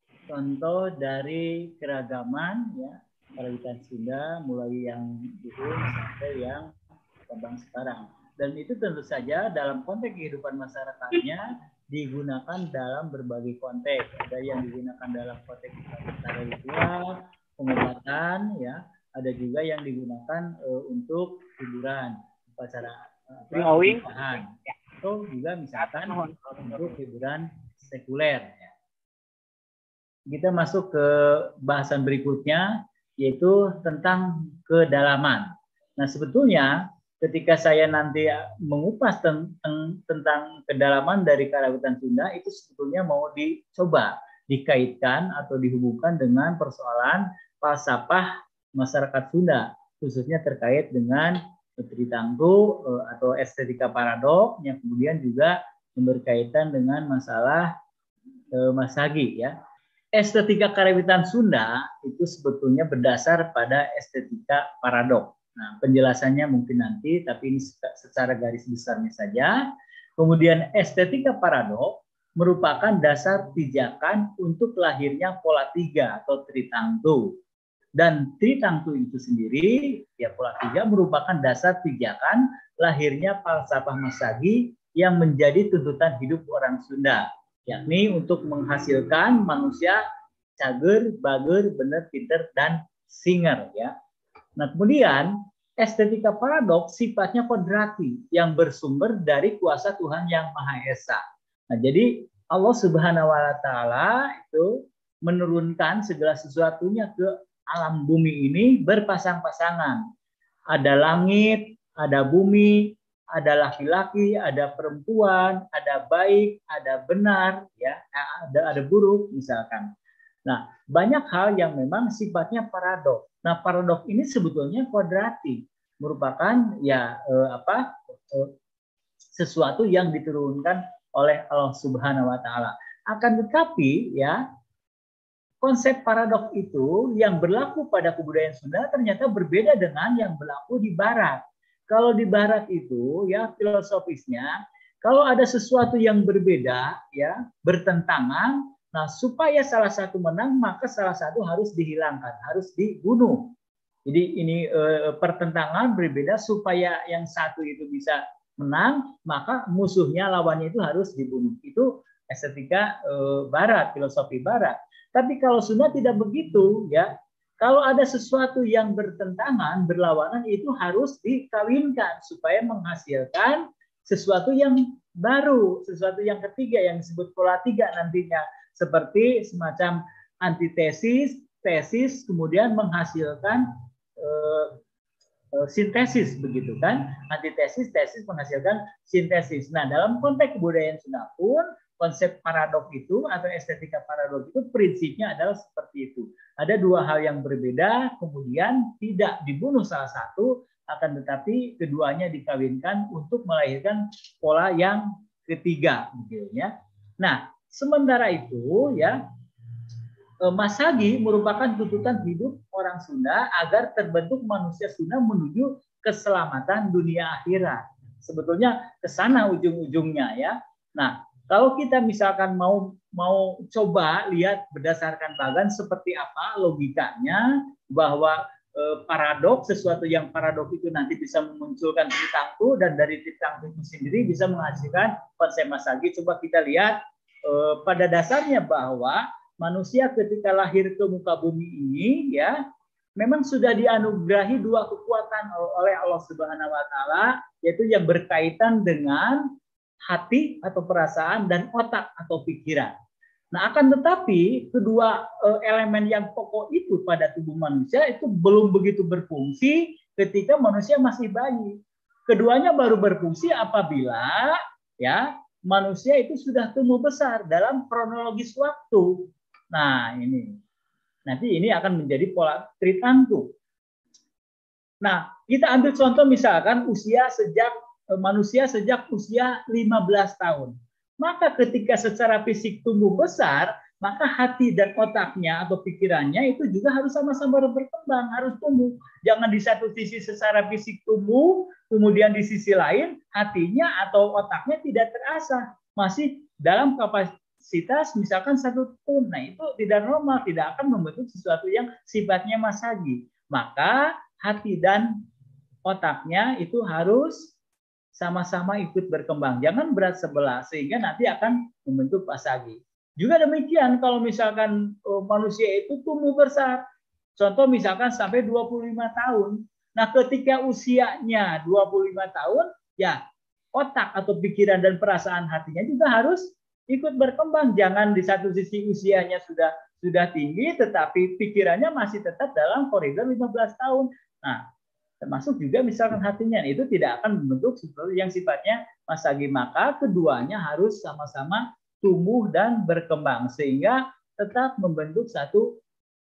contoh dari keragaman ya karawitan Sunda mulai yang dulu sampai yang berkembang sekarang. Dan itu tentu saja dalam konteks kehidupan masyarakatnya digunakan dalam berbagai konteks. Ada yang digunakan dalam konteks secara ritual, pengobatan ya, ada juga yang digunakan untuk hiburan, upacara pernikahan. Atau juga misalkan untuk hiburan sekuler. Kita masuk ke bahasan berikutnya, yaitu tentang kedalaman. Nah, sebetulnya ketika saya nanti mengupas tentang kedalaman dari karawitan Sunda, itu sebetulnya mau dicoba dikaitkan atau dihubungkan dengan persoalan falsafah masyarakat Sunda, khususnya terkait dengan tritangtu atau estetika paradok yang kemudian juga berkaitan dengan masalah masagi ya. Estetika karawitan Sunda itu sebetulnya berdasar pada estetika paradok. Nah, penjelasannya mungkin nanti, tapi ini secara garis besarnya saja. Kemudian estetika paradok merupakan dasar pijakan untuk lahirnya pola tiga atau tritangtu. Dan tritangtu itu sendiri, ya pola tiga merupakan dasar pijakan lahirnya falsafah masagi yang menjadi tuntutan hidup orang Sunda, yakni untuk menghasilkan manusia cager, bager, bener, pinter, dan singer ya. Nah, kemudian estetika paradok sifatnya kodrati yang bersumber dari kuasa Tuhan yang Maha Esa. Nah, jadi Allah Subhanahu wa taala itu menurunkan segala sesuatunya ke alam bumi ini berpasang-pasangan. Ada langit, ada bumi, ada laki-laki, ada perempuan, ada baik, ada benar, ya, ada buruk misalkan. Nah, banyak hal yang memang sifatnya paradok. Nah, paradok ini sebetulnya kodrati, merupakan ya sesuatu yang diturunkan oleh Allah Subhanahu wa taala. Akan tetapi ya, konsep paradoks itu yang berlaku pada kebudayaan Sunda ternyata berbeda dengan yang berlaku di Barat. Kalau di Barat itu ya filosofisnya, kalau ada sesuatu yang berbeda ya, bertentangan, nah supaya salah satu menang maka salah satu harus dihilangkan, harus dibunuh. Jadi ini pertentangan berbeda, supaya yang satu itu bisa menang, maka musuhnya lawannya itu harus dibunuh. Itu estetika Barat, filosofi Barat. Tapi kalau Sunda tidak begitu ya. Kalau ada sesuatu yang bertentangan, berlawanan, itu harus dikawinkan supaya menghasilkan sesuatu yang baru, sesuatu yang ketiga yang disebut pola tiga nantinya, seperti semacam antitesis, tesis, kemudian menghasilkan sintesis, begitu kan? Antitesis, tesis menghasilkan sintesis. Nah, dalam konteks kebudayaan Sunda pun konsep paradoks itu atau estetika paradoks itu prinsipnya adalah seperti itu. Ada dua hal yang berbeda, kemudian tidak dibunuh salah satu, akan tetapi keduanya dikawinkan untuk melahirkan pola yang ketiga, gitu ya. Nah, sementara itu ya, Masagi merupakan tuntutan hidup orang Sunda agar terbentuk manusia Sunda menuju keselamatan dunia akhirat. Sebetulnya ke sana ujung-ujungnya ya. Nah, kalau kita misalkan mau coba lihat berdasarkan Bagan seperti apa logikanya bahwa paradoks, sesuatu yang paradoks itu nanti bisa memunculkan tritangtu, dan dari tritangtu itu sendiri bisa menghasilkan konsep Masagi. Coba kita lihat pada dasarnya bahwa manusia ketika lahir ke muka bumi ini ya memang sudah dianugerahi dua kekuatan oleh Allah Subhanahu wa taala, yaitu yang berkaitan dengan hati atau perasaan dan otak atau pikiran. Nah, akan tetapi kedua elemen yang pokok itu pada tubuh manusia itu belum begitu berfungsi ketika manusia masih bayi. Keduanya baru berfungsi apabila ya manusia itu sudah tumbuh besar dalam kronologis waktu. Nah, ini. Nanti ini akan menjadi pola tritangtu. Nah, kita ambil contoh misalkan manusia sejak usia 15 tahun. Maka ketika secara fisik tumbuh besar, maka hati dan otaknya atau pikirannya itu juga harus sama-sama berkembang, harus tumbuh. Jangan di satu sisi secara fisik tumbuh, kemudian di sisi lain hatinya atau otaknya tidak terasa, masih dalam kapasitas misalkan 1 ton. Nah, itu tidak normal, tidak akan membentuk sesuatu yang sifatnya Masagi. Maka hati dan otaknya itu harus sama-sama ikut berkembang. Jangan berat sebelah sehingga nanti akan membentuk Masagi. Juga demikian kalau misalkan manusia itu tumbuh besar. Contoh misalkan sampai 25 tahun. Nah, ketika usianya 25 tahun, ya otak atau pikiran dan perasaan hatinya juga harus ikut berkembang. Jangan di satu sisi usianya sudah tinggi tetapi pikirannya masih tetap dalam koridor 15 tahun. Nah, termasuk juga misalkan hatinya, itu tidak akan membentuk sesuatu yang sifatnya Masagi. Maka keduanya harus sama-sama tumbuh dan berkembang sehingga tetap membentuk satu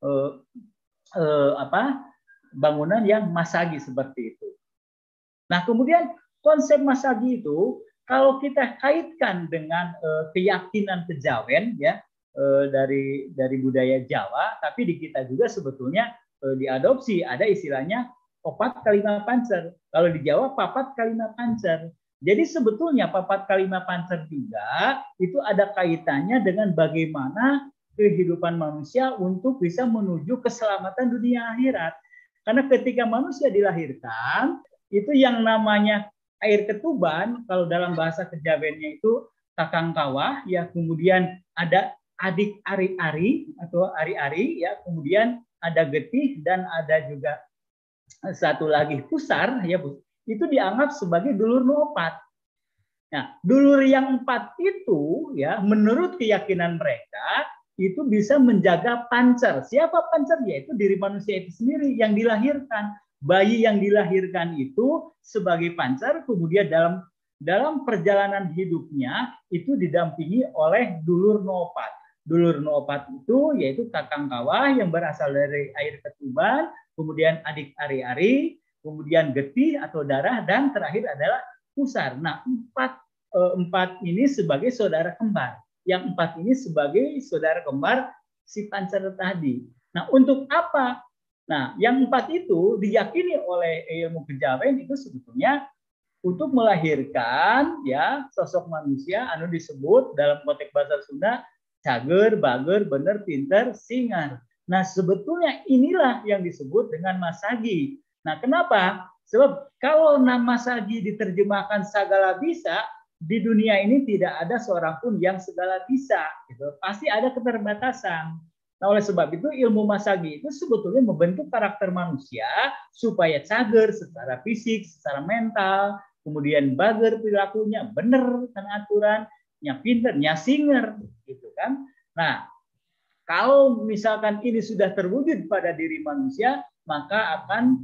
bangunan yang Masagi seperti itu. Nah, kemudian konsep Masagi itu kalau kita kaitkan dengan keyakinan kejawen ya dari budaya Jawa, tapi di kita juga sebetulnya diadopsi, ada istilahnya Opat Kalima Pancer. Kalau di Jawa Papat Kalima Pancer. Jadi sebetulnya Papat Kalima Pancer juga itu ada kaitannya dengan bagaimana kehidupan manusia untuk bisa menuju keselamatan dunia akhirat. Karena ketika manusia dilahirkan, itu yang namanya air ketuban, kalau dalam bahasa Kejawennya itu kakang kawah, ya kemudian ada adik ari-ari atau ari-ari, ya kemudian ada getih dan ada juga satu lagi pusar, ya Bu, itu dianggap sebagai dulur nu opat. Nah, dulur yang 4 itu, ya menurut keyakinan mereka itu bisa menjaga pancer. Siapa pancer? Yaitu diri manusia itu sendiri yang dilahirkan. Bayi yang dilahirkan itu sebagai pancer, kemudian dalam perjalanan hidupnya itu didampingi oleh dulur nu opat. Dulur nu opat itu yaitu kakang kawah yang berasal dari air ketuban, kemudian adik ari-ari, kemudian getih atau darah, dan terakhir adalah pusar. Nah, empat ini sebagai saudara kembar. yang 4 ini sebagai saudara kembar si Pancara tadi. Nah, untuk apa? Nah, yang 4 itu diyakini oleh ilmu kejawen itu sebetulnya untuk melahirkan ya sosok manusia anu disebut dalam konteks bahasa Sunda cager, bager, bener, pinter, singar. Nah, sebetulnya inilah yang disebut dengan masagi. Nah, kenapa? Sebab kalau nama sagi diterjemahkan segala bisa, di dunia ini tidak ada seorang pun yang segala bisa. Gitu. Pasti ada keterbatasan. Nah, oleh sebab itu ilmu masagi itu sebetulnya membentuk karakter manusia supaya cager secara fisik, secara mental, kemudian bager perilakunya, benar kan aturannya, pinternya, singer, gitu kan. Nah, kalau misalkan ini sudah terwujud pada diri manusia, maka akan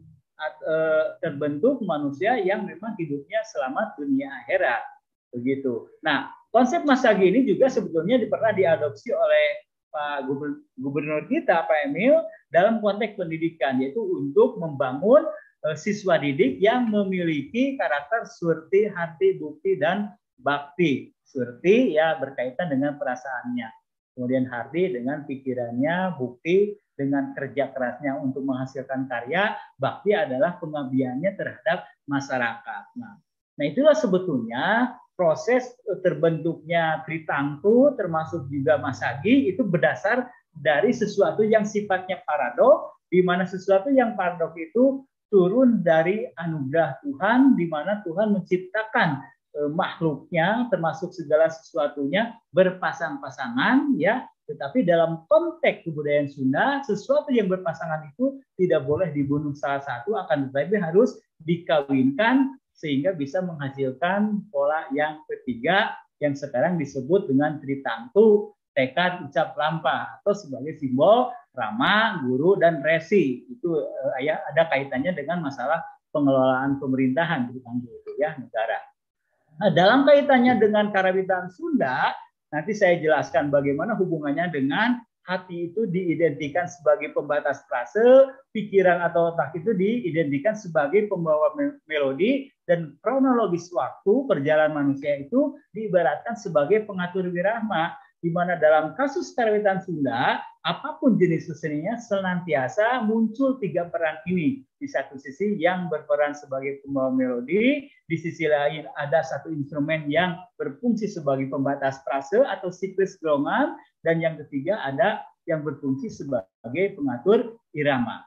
terbentuk manusia yang memang hidupnya selamat dunia akhirat. Begitu. Nah, konsep masagi ini juga sebetulnya pernah diadopsi oleh Pak Gubernur kita, Pak Emil, dalam konteks pendidikan, yaitu untuk membangun siswa didik yang memiliki karakter surti, hati, bukti, dan bakti. Surti ya berkaitan dengan perasaannya. Kemudian hati dengan pikirannya, bukti dengan kerja kerasnya untuk menghasilkan karya, bakti adalah pengabdiannya terhadap masyarakat. Nah itulah sebetulnya proses terbentuknya Tritangtu termasuk juga Masagi itu berdasar dari sesuatu yang sifatnya paradok, di mana sesuatu yang paradok itu turun dari anugerah Tuhan, di mana Tuhan menciptakan makhluknya termasuk segala sesuatunya berpasang-pasangan ya, tetapi dalam konteks kebudayaan Sunda sesuatu yang berpasangan itu tidak boleh dibunuh salah satu, akan tetapi harus dikawinkan sehingga bisa menghasilkan pola yang ketiga yang sekarang disebut dengan Tritangtu, tekad, ucap, lampah, atau sebagai simbol Rama, Guru, dan Resi. Itu ada kaitannya dengan masalah pengelolaan pemerintahan Tritangtu itu ya, negara. Nah, dalam kaitannya dengan karawitan Sunda, nanti saya jelaskan bagaimana hubungannya dengan hati itu diidentikan sebagai pembatas frase, pikiran atau otak itu diidentikan sebagai pembawa melodi, dan kronologis waktu perjalanan manusia itu diibaratkan sebagai pengatur wirahma, di mana dalam kasus karawitan Sunda, apapun jenis keseninya senantiasa muncul 3 peran ini. Di satu sisi yang berperan sebagai pembawa melodi, di sisi lain ada satu instrumen yang berfungsi sebagai pembatas frase atau siklus gelongan, dan yang ketiga ada yang berfungsi sebagai pengatur irama.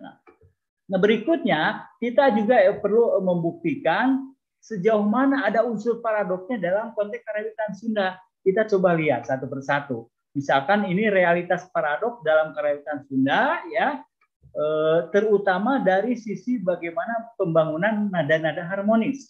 Nah, berikutnya kita juga perlu membuktikan sejauh mana ada unsur paradoknya dalam konteks karawitan Sunda. Kita coba lihat satu persatu. Misalkan ini realitas paradok dalam karawitan Sunda ya, terutama dari sisi bagaimana pembangunan nada-nada harmonis.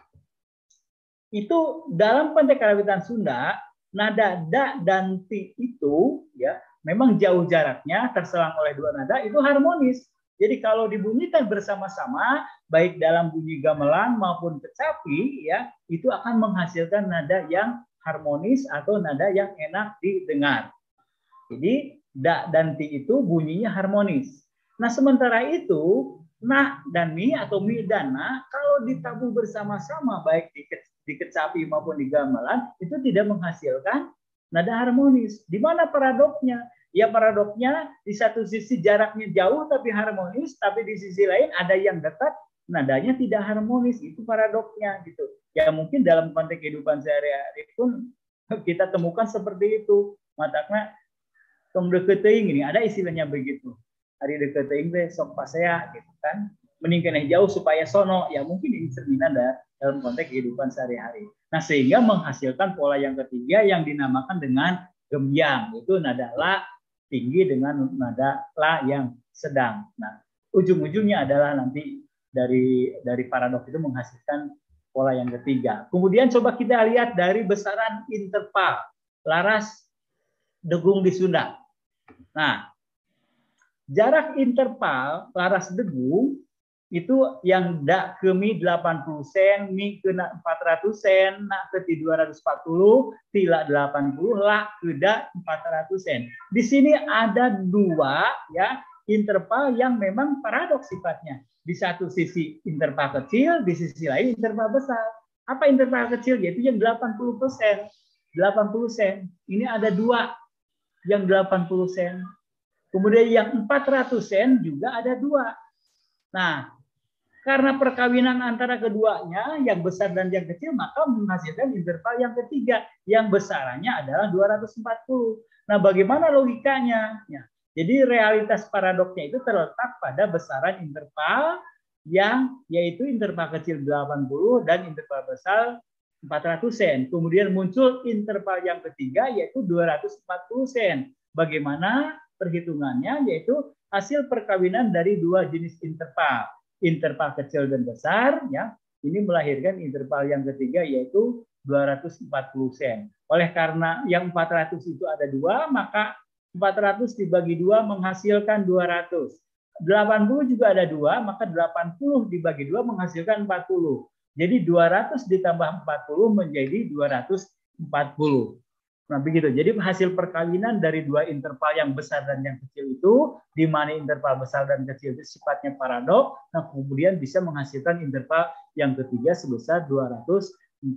Itu dalam konteks karawitan Sunda, nada da dan ti itu ya memang jauh jaraknya, terselang oleh 2 nada itu harmonis. Jadi kalau dibunyikan bersama-sama baik dalam bunyi gamelan maupun kecapi ya, itu akan menghasilkan nada yang harmonis atau nada yang enak didengar. Jadi da dan ti itu bunyinya harmonis. Nah, sementara itu na dan mi atau mi dan na kalau ditabuh bersama-sama baik di kecapi maupun di gamelan itu tidak menghasilkan nada harmonis. Di mana paradoknya? Ya paradoknya di satu sisi jaraknya jauh tapi harmonis, tapi di sisi lain ada yang dekat nadanya tidak harmonis. Itu paradoknya gitu. Ya mungkin dalam konteks kehidupan sehari-hari pun kita temukan seperti itu. Matakna tong deket teuing ini ada istilahnya begitu. Hari deket teuing teh sok pasea gitu kan. Mending keneh jauh supaya sono. Ya mungkin ini cerminan dalam konteks kehidupan sehari-hari. Nah, sehingga menghasilkan pola yang ketiga yang dinamakan dengan gembyang. Itu nada la tinggi dengan nada la yang sedang. Nah, ujung-ujungnya adalah nanti dari paradok itu menghasilkan pola yang ketiga. Kemudian coba kita lihat dari besaran interval laras degung di Sunda. Nah, jarak interval laras degung itu yang da ke mi 80 sen, mi ke 400 sen, na ke 240, tila 80, la ke da 400 sen. Di sini ada 2 ya interval yang memang paradoks sifatnya. Di satu sisi interval kecil, di sisi lain interval besar. Apa interval kecil? Yaitu yang 80%. 80 sen. Ini ada dua yang 80 sen. Kemudian yang 400 sen juga ada dua. Nah, karena perkawinan antara keduanya, yang besar dan yang kecil, maka menghasilkan interval yang ketiga. Yang besarannya adalah 240. Nah, bagaimana logikanya? Ya, jadi realitas paradoksnya itu terletak pada besaran interval yang yaitu interval kecil 80 dan interval besar 400 sen. Kemudian muncul interval yang ketiga yaitu 240 sen. Bagaimana perhitungannya? Yaitu hasil perkawinan dari dua jenis interval. Interval kecil dan besar, ya, ini melahirkan interval yang ketiga yaitu 240 sen. Oleh karena yang 400 itu ada dua, maka 400 dibagi dua menghasilkan 200. 80 juga ada dua, maka 80 dibagi dua menghasilkan 40. Jadi 200 ditambah 40 menjadi 240. Nah, begitu. Jadi hasil perkawinan dari dua interval yang besar dan yang kecil itu, di mana interval besar dan kecil itu sifatnya paradok, nah kemudian bisa menghasilkan interval yang ketiga sebesar 240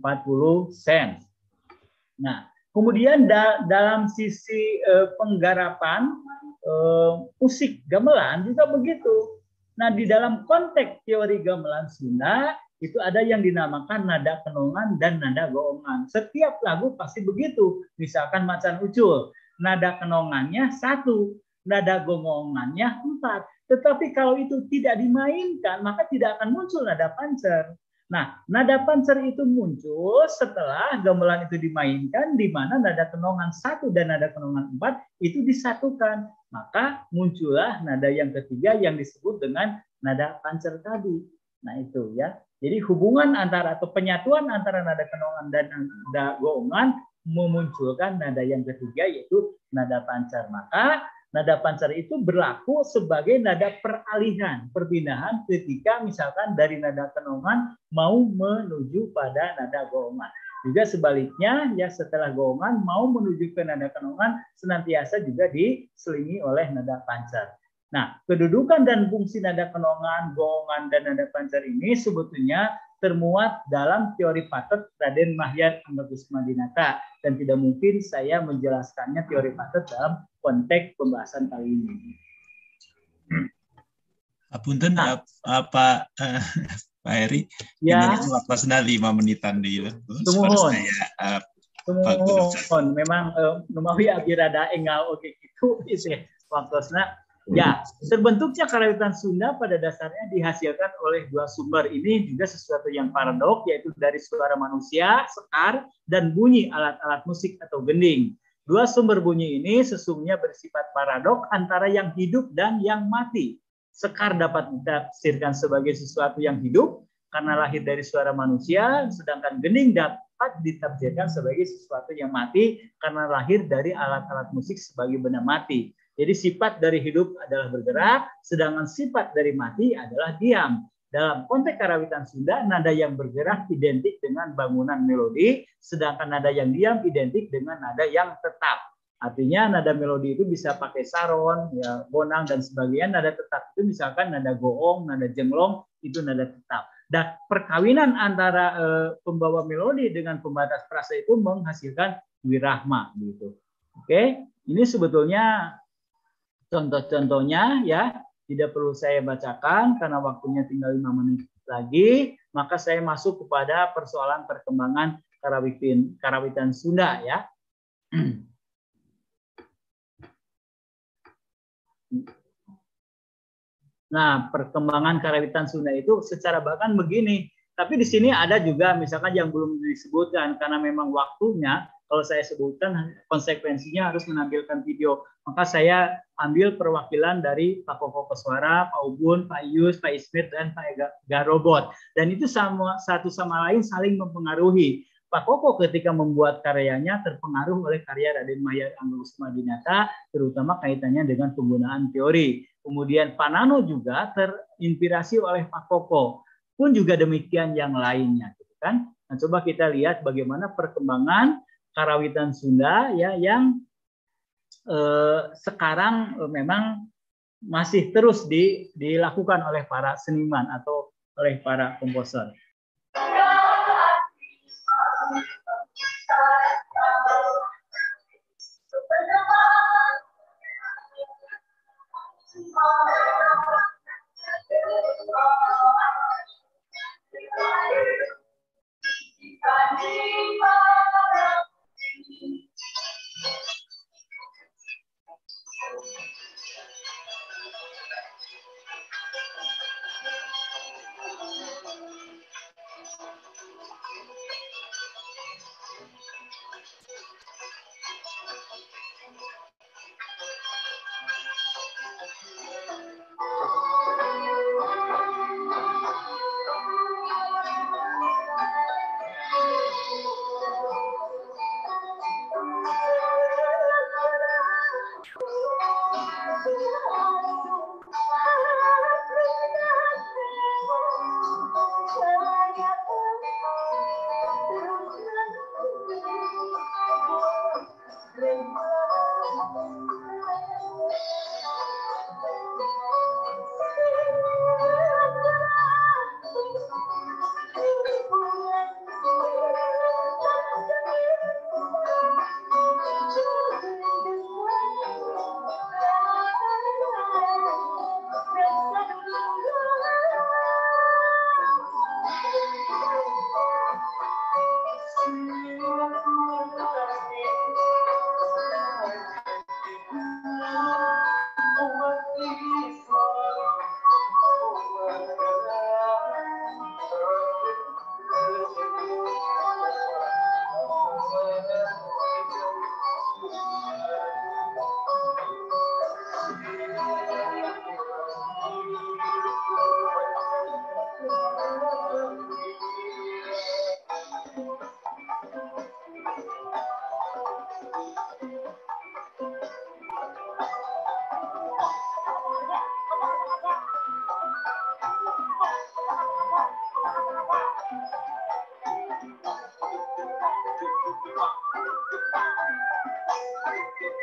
sen. Nah, kemudian dalam sisi penggarapan musik gamelan juga begitu. Nah, di dalam konteks teori gamelan Sunda itu ada yang dinamakan nada kenongan dan nada goongan. Setiap lagu pasti begitu. Misalkan Macan Ucul, nada kenongannya 1, nada goongannya 4. Tetapi kalau itu tidak dimainkan, maka tidak akan muncul nada pancer. Nah, nada pancer itu muncul setelah gamelan itu dimainkan, di mana nada kenongan 1 dan nada kenongan 4 itu disatukan. Maka muncullah nada yang ketiga yang disebut dengan nada pancer tadi. Nah, itu ya. Jadi hubungan antara atau penyatuan antara nada kenongan dan nada goongan memunculkan nada yang ketiga yaitu nada pancer. Maka nada pancer itu berlaku sebagai nada peralihan, perpindahan ketika misalkan dari nada kenongan mau menuju pada nada goongan. Juga sebaliknya ya, setelah goongan mau menuju ke nada kenongan senantiasa juga diselingi oleh nada pancer. Nah, kedudukan dan fungsi nada kenongan, goongan, dan nada pancer ini sebetulnya termuat dalam teori patet Raden Mahyar Anggakusmadinata, dan tidak mungkin saya menjelaskannya teori patet dalam konteks pembahasan kali ini. Apunten, Pak Heri, ya, ini waktu 5 menitan di Tumuhun, memang numawi abirada engal oke gitu isi waktosna. Ya, terbentuknya karawitan Sunda pada dasarnya dihasilkan oleh dua sumber. Ini juga sesuatu yang paradok, yaitu dari suara manusia, sekar, dan bunyi alat-alat musik atau gending. Dua sumber bunyi ini sesungguhnya bersifat paradok antara yang hidup dan yang mati. Sekar dapat ditafsirkan sebagai sesuatu yang hidup karena lahir dari suara manusia, sedangkan gending dapat ditafsirkan sebagai sesuatu yang mati karena lahir dari alat-alat musik sebagai benda mati. Jadi sifat dari hidup adalah bergerak, sedangkan sifat dari mati adalah diam. Dalam konteks karawitan Sunda, nada yang bergerak identik dengan bangunan melodi, sedangkan nada yang diam identik dengan nada yang tetap. Artinya nada melodi itu bisa pakai saron, ya, bonang, dan sebagainya. Nada tetap itu misalkan nada goong, nada jenglong, itu nada tetap. Dan perkawinan antara pembawa melodi dengan pembatas frasa itu menghasilkan wirahma. Gitu. Oke, ini sebetulnya contoh-contohnya ya, tidak perlu saya bacakan karena waktunya tinggal 5 menit lagi, maka saya masuk kepada persoalan perkembangan karawitan Sunda ya. Nah, perkembangan karawitan Sunda itu secara bahkan begini, tapi di sini ada juga misalkan yang belum disebutkan karena memang waktunya. Kalau saya sebutkan konsekuensinya harus menampilkan video. Maka saya ambil perwakilan dari Pak Koko Koswara, Pak Ubun, Pak Yus, Pak Ismit, dan Pak Garobot. Dan itu satu sama lain saling mempengaruhi. Pak Koko ketika membuat karyanya terpengaruh oleh karya Raden Mahyar Anggakusmadinata, terutama kaitannya dengan penggunaan teori. Kemudian Pak Nano juga terinspirasi oleh Pak Koko. Pun juga demikian yang lainnya. Gitu kan? Nah, coba kita lihat bagaimana perkembangan karawitan Sunda ya yang sekarang memang masih terus dilakukan oleh para seniman atau oleh para komposer.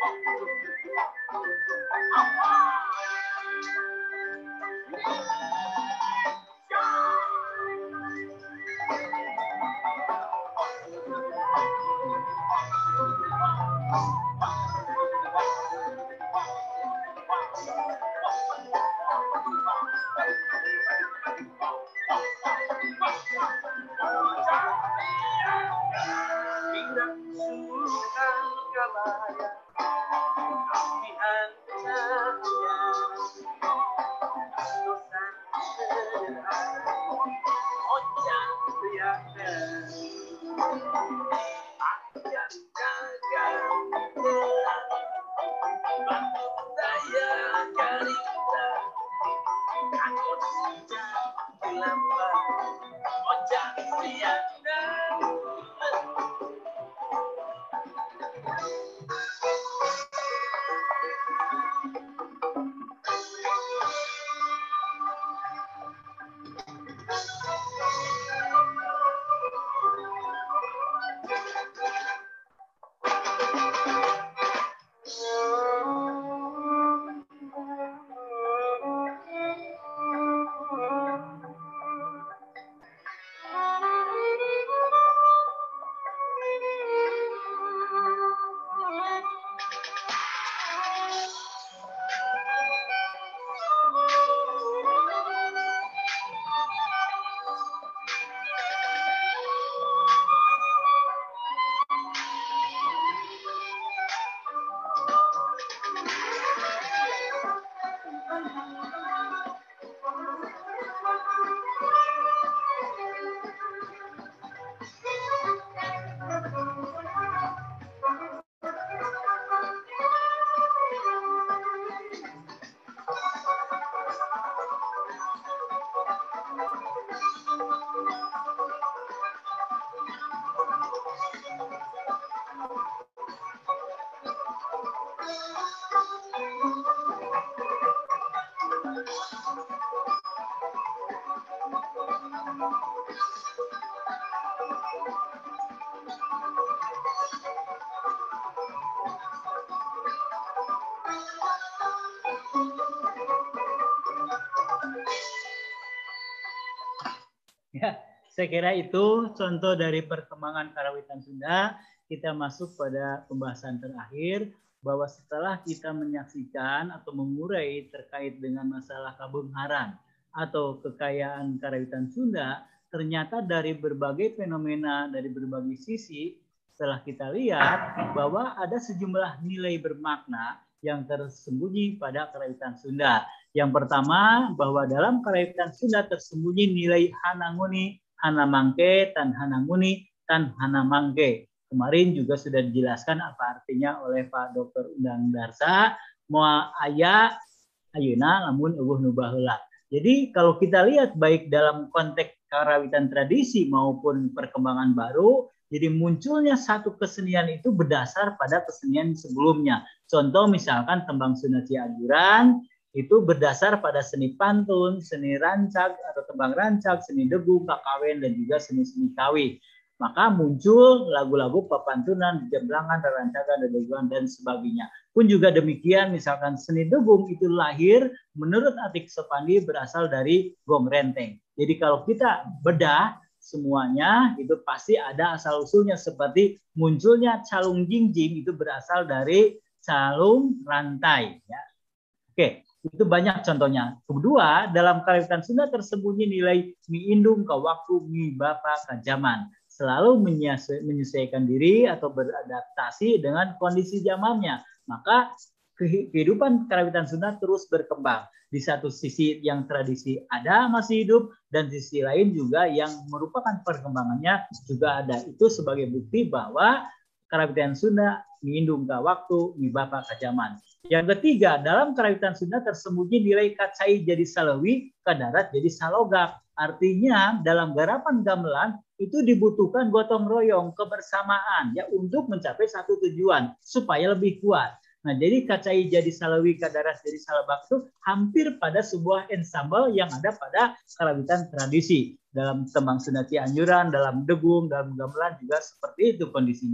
Ya, saya kira itu contoh dari perkembangan karawitan Sunda. Kita masuk pada pembahasan terakhir bahwa setelah kita menyaksikan atau mengurai terkait dengan masalah kabungharan atau kekayaan karawitan Sunda, ternyata dari berbagai fenomena, dari berbagai sisi, setelah kita lihat bahwa ada sejumlah nilai bermakna yang tersembunyi pada karawitan Sunda. Yang pertama, bahwa dalam karawitan Sunda tersembunyi nilai hananguni, hanamangke, tan hananguni, tan hanamangke. Kemarin juga sudah dijelaskan apa artinya oleh Pak Dr. Undang Darsa, moa aya ayeuna lamun eueuh nu baheula. Jadi kalau kita lihat baik dalam konteks karawitan tradisi maupun perkembangan baru, jadi munculnya satu kesenian itu berdasar pada kesenian sebelumnya. Contoh misalkan tembang Sunda Cianjuran itu berdasar pada seni pantun, seni rancak atau tembang rancak, seni debu, kakawen, dan juga seni-seni kawi. Maka muncul lagu-lagu pepantunan, jemblangan, rancangan, debuan, dan sebagainya. Pun juga demikian, misalkan seni debung itu lahir menurut Atik Sopandi berasal dari gong renteng. Jadi kalau kita bedah semuanya itu pasti ada asal-usulnya, seperti munculnya calung jingjing itu berasal dari calung rantai. Ya. Oke. Itu banyak contohnya. Kedua, dalam karawitan Sunda tersembunyi nilai mi indung ke waktu, mi bapa ke zaman. Selalu menyesuaikan diri atau beradaptasi dengan kondisi zamannya. Maka kehidupan karawitan Sunda terus berkembang. Di satu sisi yang tradisi ada masih hidup, dan di sisi lain juga yang merupakan perkembangannya juga ada. Itu sebagai bukti bahwa karawitan Sunda mi indung ke waktu, mi bapa ke zaman. Yang ketiga, dalam karawitan Sunda tersembunyi nilai kacai jadi salewi, ke darat jadi salogak. Artinya dalam garapan gamelan itu dibutuhkan gotong royong, kebersamaan ya untuk mencapai satu tujuan supaya lebih kuat. Nah, jadi kacai jadi salewi, ke darat jadi salogak itu hampir pada sebuah ensemble yang ada pada karawitan tradisi. Dalam tembang Sunda Cianjuran, dalam degung, dalam gamelan juga seperti itu kondisinya.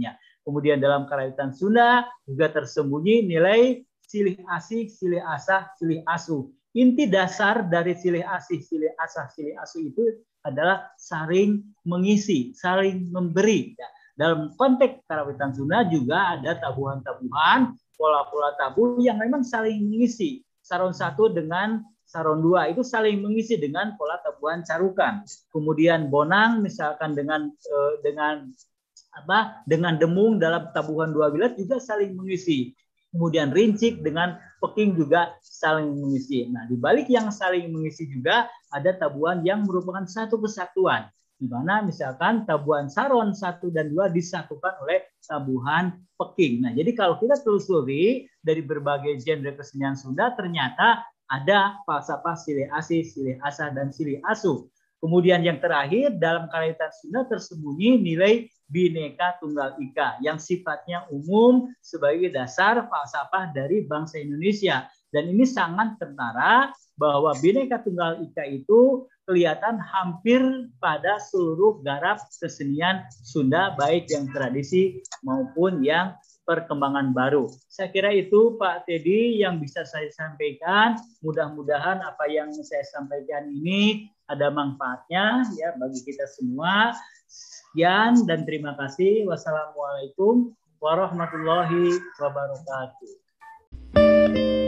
Kemudian dalam karawitan Sunda juga tersembunyi nilai silih asih, silih asah, silih asuh. Inti dasar dari silih asih, silih asah, silih asuh itu adalah saling mengisi, saling memberi. Ya. Dalam konteks karawitan Sunda juga ada tabuhan-tabuhan, pola-pola tabuh yang memang saling mengisi. Saron 1 dengan saron 2 itu saling mengisi dengan pola tabuhan carukan. Kemudian bonang misalkan dengan demung dalam tabuhan 2 bilas juga saling mengisi. Kemudian rincik dengan peking juga saling mengisi. Nah, di balik yang saling mengisi juga ada tabuhan yang merupakan satu kesatuan. Di mana misalkan tabuhan saron 1 dan 2 disatukan oleh tabuhan peking. Nah, jadi kalau kita telusuri dari berbagai genre kesenian Sunda, ternyata ada falsafah silih asih, silih asah, dan silih asuh. Kemudian yang terakhir, dalam karawitan Sunda tersembunyi nilai Bhinneka Tunggal Ika yang sifatnya umum sebagai dasar falsafah dari bangsa Indonesia. Dan ini sangat tentara bahwa Bhinneka Tunggal Ika itu kelihatan hampir pada seluruh garap kesenian Sunda, baik yang tradisi maupun yang perkembangan baru. Saya kira itu Pak Teddy yang bisa saya sampaikan. Mudah-mudahan apa yang saya sampaikan ini ada manfaatnya ya bagi kita semua. Sekian dan terima kasih. Wassalamualaikum warahmatullahi wabarakatuh.